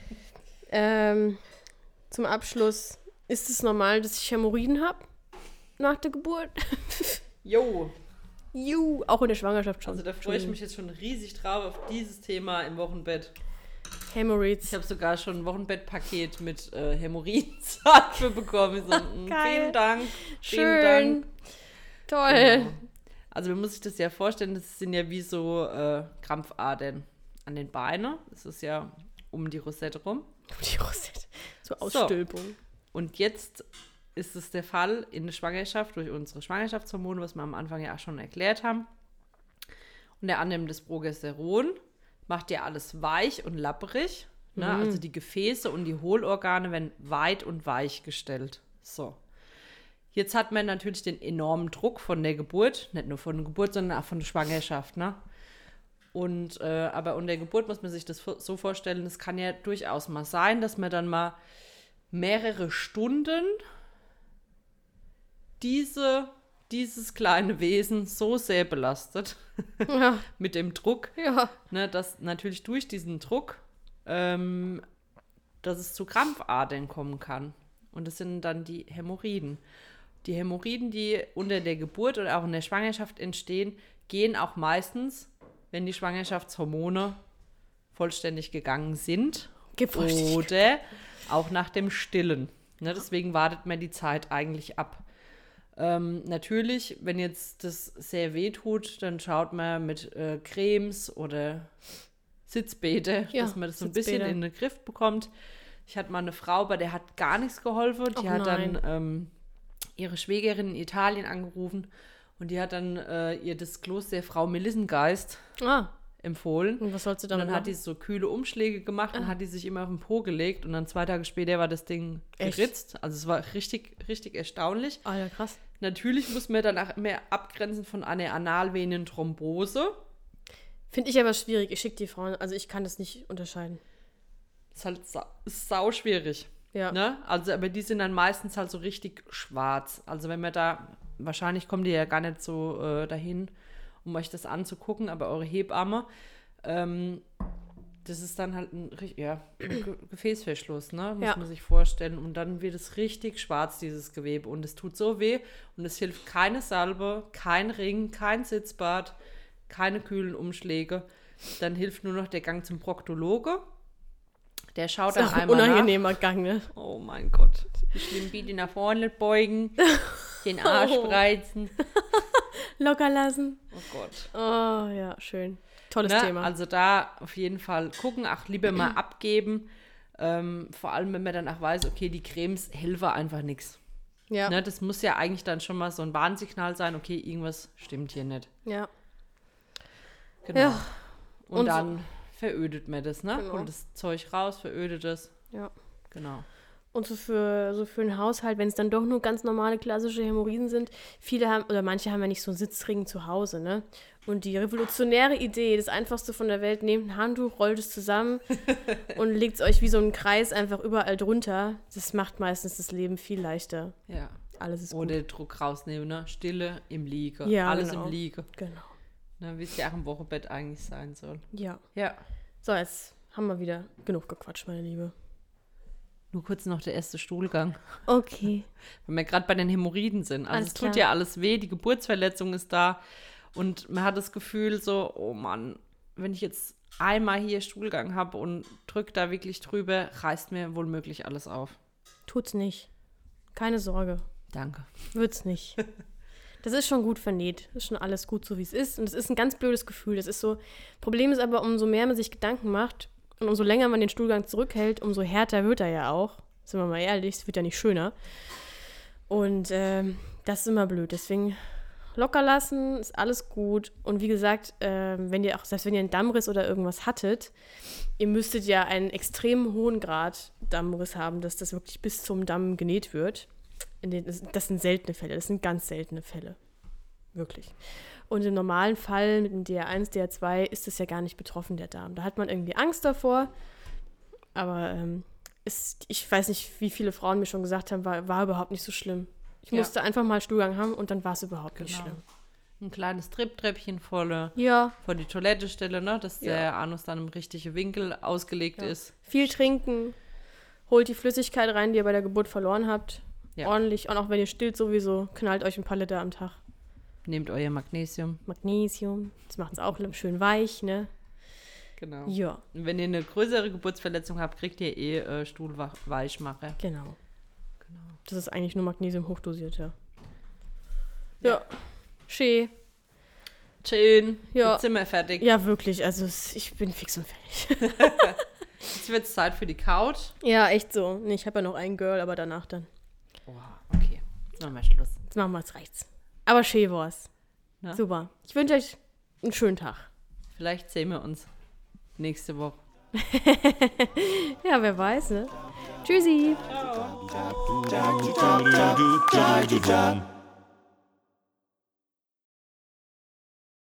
Zum Abschluss, ist es normal, dass ich Hämorrhoiden habe nach der Geburt? Jo, Auch in der Schwangerschaft schon. also da freue ich mich jetzt schon riesig drauf auf dieses Thema im Wochenbett. Hämorrhoids. Ich habe sogar schon ein Wochenbettpaket mit Hämorrhoidenseife bekommen. So, Geil. vielen Dank. Schön. Vielen Dank. Toll. Genau. Also man muss sich das ja vorstellen, das sind ja wie so Krampfadern an den Beinen. Das ist ja um die Rosette rum. Die Rosette. So Ausstülpung. Und jetzt ist es der Fall in der Schwangerschaft durch unsere Schwangerschaftshormone, was wir am Anfang ja auch schon erklärt haben. Und der Annahme des Progesteron macht ja alles weich und lapperig. Ne? Also die Gefäße und die Hohlorgane werden weit und weich gestellt. So. Jetzt hat man natürlich den enormen Druck von der Geburt, nicht nur von der Geburt, sondern auch von der Schwangerschaft. Ne? Und aber unter der Geburt muss man sich das so vorstellen, es kann ja durchaus mal sein, dass man dann mal mehrere Stunden diese dieses kleine Wesen so sehr belastet Ja. mit dem Druck, Ja. ne, dass natürlich durch diesen Druck, dass es zu Krampfadern kommen kann. Und das sind dann die Hämorrhoiden. Die Hämorrhoiden, die unter der Geburt oder auch in der Schwangerschaft entstehen, gehen auch meistens, wenn die Schwangerschaftshormone vollständig gegangen sind oder auch nach dem Stillen. Ne, deswegen wartet man die Zeit eigentlich ab. Natürlich, wenn jetzt das sehr weh tut, dann schaut man mit Cremes oder Sitzbäder, Ja, dass man das so ein bisschen Sitzbäder. in den Griff bekommt. Ich hatte mal eine Frau, bei der hat gar nichts geholfen. Die Och, hat nein. dann ihre Schwägerin in Italien angerufen und die hat dann ihr das Kloster der Frau Melissengeist Ah, empfohlen. und was sollst du Und damit dann hat machen? die so kühle Umschläge gemacht und hat die sich immer auf den Po gelegt und dann 2 Tage später war das Ding Echt? geritzt. Also es war richtig, richtig erstaunlich. Alter, krass. Natürlich muss man danach mehr abgrenzen von einer Analvenenthrombose. Finde ich aber schwierig. Ich schicke die Frauen, also ich kann das nicht unterscheiden. Ist halt sau schwierig. Ja. Ne? Also, aber die sind dann meistens halt so richtig schwarz. Also wenn man da, wahrscheinlich kommen die ja gar nicht so dahin, um euch das anzugucken, aber eure Hebamme, das ist dann halt ein Gefäßverschluss, ne? Muss Ja. man sich vorstellen. Und dann wird es richtig schwarz, dieses Gewebe. Und es tut so weh. Und es hilft keine Salbe, kein Ring, kein Sitzbad, keine kühlen Umschläge. Dann hilft nur noch der Gang zum Proktologe. Der schaut Ist dann auch ein einmal nach. unangenehmer Gang, ne? Oh mein Gott. Wie schlimm, bitte nach vorne beugen, den Arsch spreizen. Locker lassen. Oh Gott. Oh, ja, schön. Tolles Ne? Thema. Also da auf jeden Fall gucken, ach, lieber mal abgeben. Vor allem, wenn man dann auch weiß, okay, die Cremes helfen einfach nichts. ja. Ne? Das muss ja eigentlich dann schon mal so ein Warnsignal sein, okay, irgendwas stimmt hier nicht. Ja. Genau. Ja. Und Und so- dann verödet man das, ne? Genau. Holt das Zeug raus, verödet es. Ja. Genau. Und so für einen Haushalt, wenn es dann doch nur ganz normale klassische Hämorrhoiden sind, viele haben, oder manche haben ja nicht so einen Sitzring zu Hause, ne? Und die revolutionäre Idee, das Einfachste von der Welt, nehmt ein Handtuch, rollt es zusammen und legt es euch wie so einen Kreis einfach überall drunter. Das macht meistens das Leben viel leichter. Ja. Alles ist Oder gut. Druck rausnehmen, ne? Stille im Liege. Ja, Alles genau. im Liege. Genau. Ne? Wie es ja auch im Wochenbett eigentlich sein soll. Ja. Ja. So, jetzt haben wir wieder genug gequatscht, meine Liebe. Nur kurz noch der erste Stuhlgang. Okay. Wenn wir gerade bei den Hämorrhoiden sind. Also Alles es tut klar. ja alles weh, die Geburtsverletzung ist da. Und man hat das Gefühl so, oh Mann, wenn ich jetzt einmal hier Stuhlgang habe und drücke da wirklich drüber, reißt mir wohl möglich alles auf. Tut's nicht. Keine Sorge. Danke. Wird's nicht. Das ist schon gut vernäht. Das ist schon alles gut, so wie es ist. Und es ist ein ganz blödes Gefühl. Das ist so. Problem ist aber, umso mehr man sich Gedanken macht und umso länger man den Stuhlgang zurückhält, umso härter wird er ja auch. Sind wir mal ehrlich, es wird ja nicht schöner. Und das ist immer blöd. Deswegen locker lassen, ist alles gut. Und wie gesagt, wenn ihr auch, selbst wenn ihr einen Dammriss oder irgendwas hattet, ihr müsstet ja einen extrem hohen Grad Dammriss haben, dass das wirklich bis zum Damm genäht wird. Das sind seltene Fälle, das sind ganz seltene Fälle. Wirklich. Und im normalen Fall mit dem DR1, DR2 ist das ja gar nicht betroffen, der Darm. Da hat man irgendwie Angst davor. Aber ich weiß nicht, wie viele Frauen mir schon gesagt haben, war überhaupt nicht so schlimm. Ich Ja. musste einfach mal Stuhlgang haben und dann war es überhaupt nicht Genau. schlimm. Ein kleines Tripptreppchen vor Ja, die Toilettestelle, ne? Dass Ja. der Anus dann im richtigen Winkel ausgelegt Ja. ist. viel trinken, holt die Flüssigkeit rein, die ihr bei der Geburt verloren habt. Ja. Ordentlich. Und auch wenn ihr stillt sowieso, knallt euch ein paar Liter am Tag. Nehmt euer Magnesium. Magnesium, das macht es auch schön weich, ne? Genau. Ja, Und wenn ihr eine größere Geburtsverletzung habt, kriegt ihr Stuhlweichmacher. genau. Genau. Das ist eigentlich nur Magnesium hochdosiert, ja. Ja. Schön. Schön. Ja. Jetzt sind wir fertig. Ja, wirklich. Also ich bin fix und fertig. Jetzt wird es Zeit für die Couch. Ja, echt so. Nee, ich habe ja noch einen Girl, aber danach dann. Oh, okay. Jetzt machen wir Schluss. Jetzt machen wir es, reicht's. Aber schön war's. Na? Super. Ich wünsche euch einen schönen Tag. Vielleicht sehen wir uns nächste Woche. Ja, wer weiß, ne? Tschüssi. Ciao.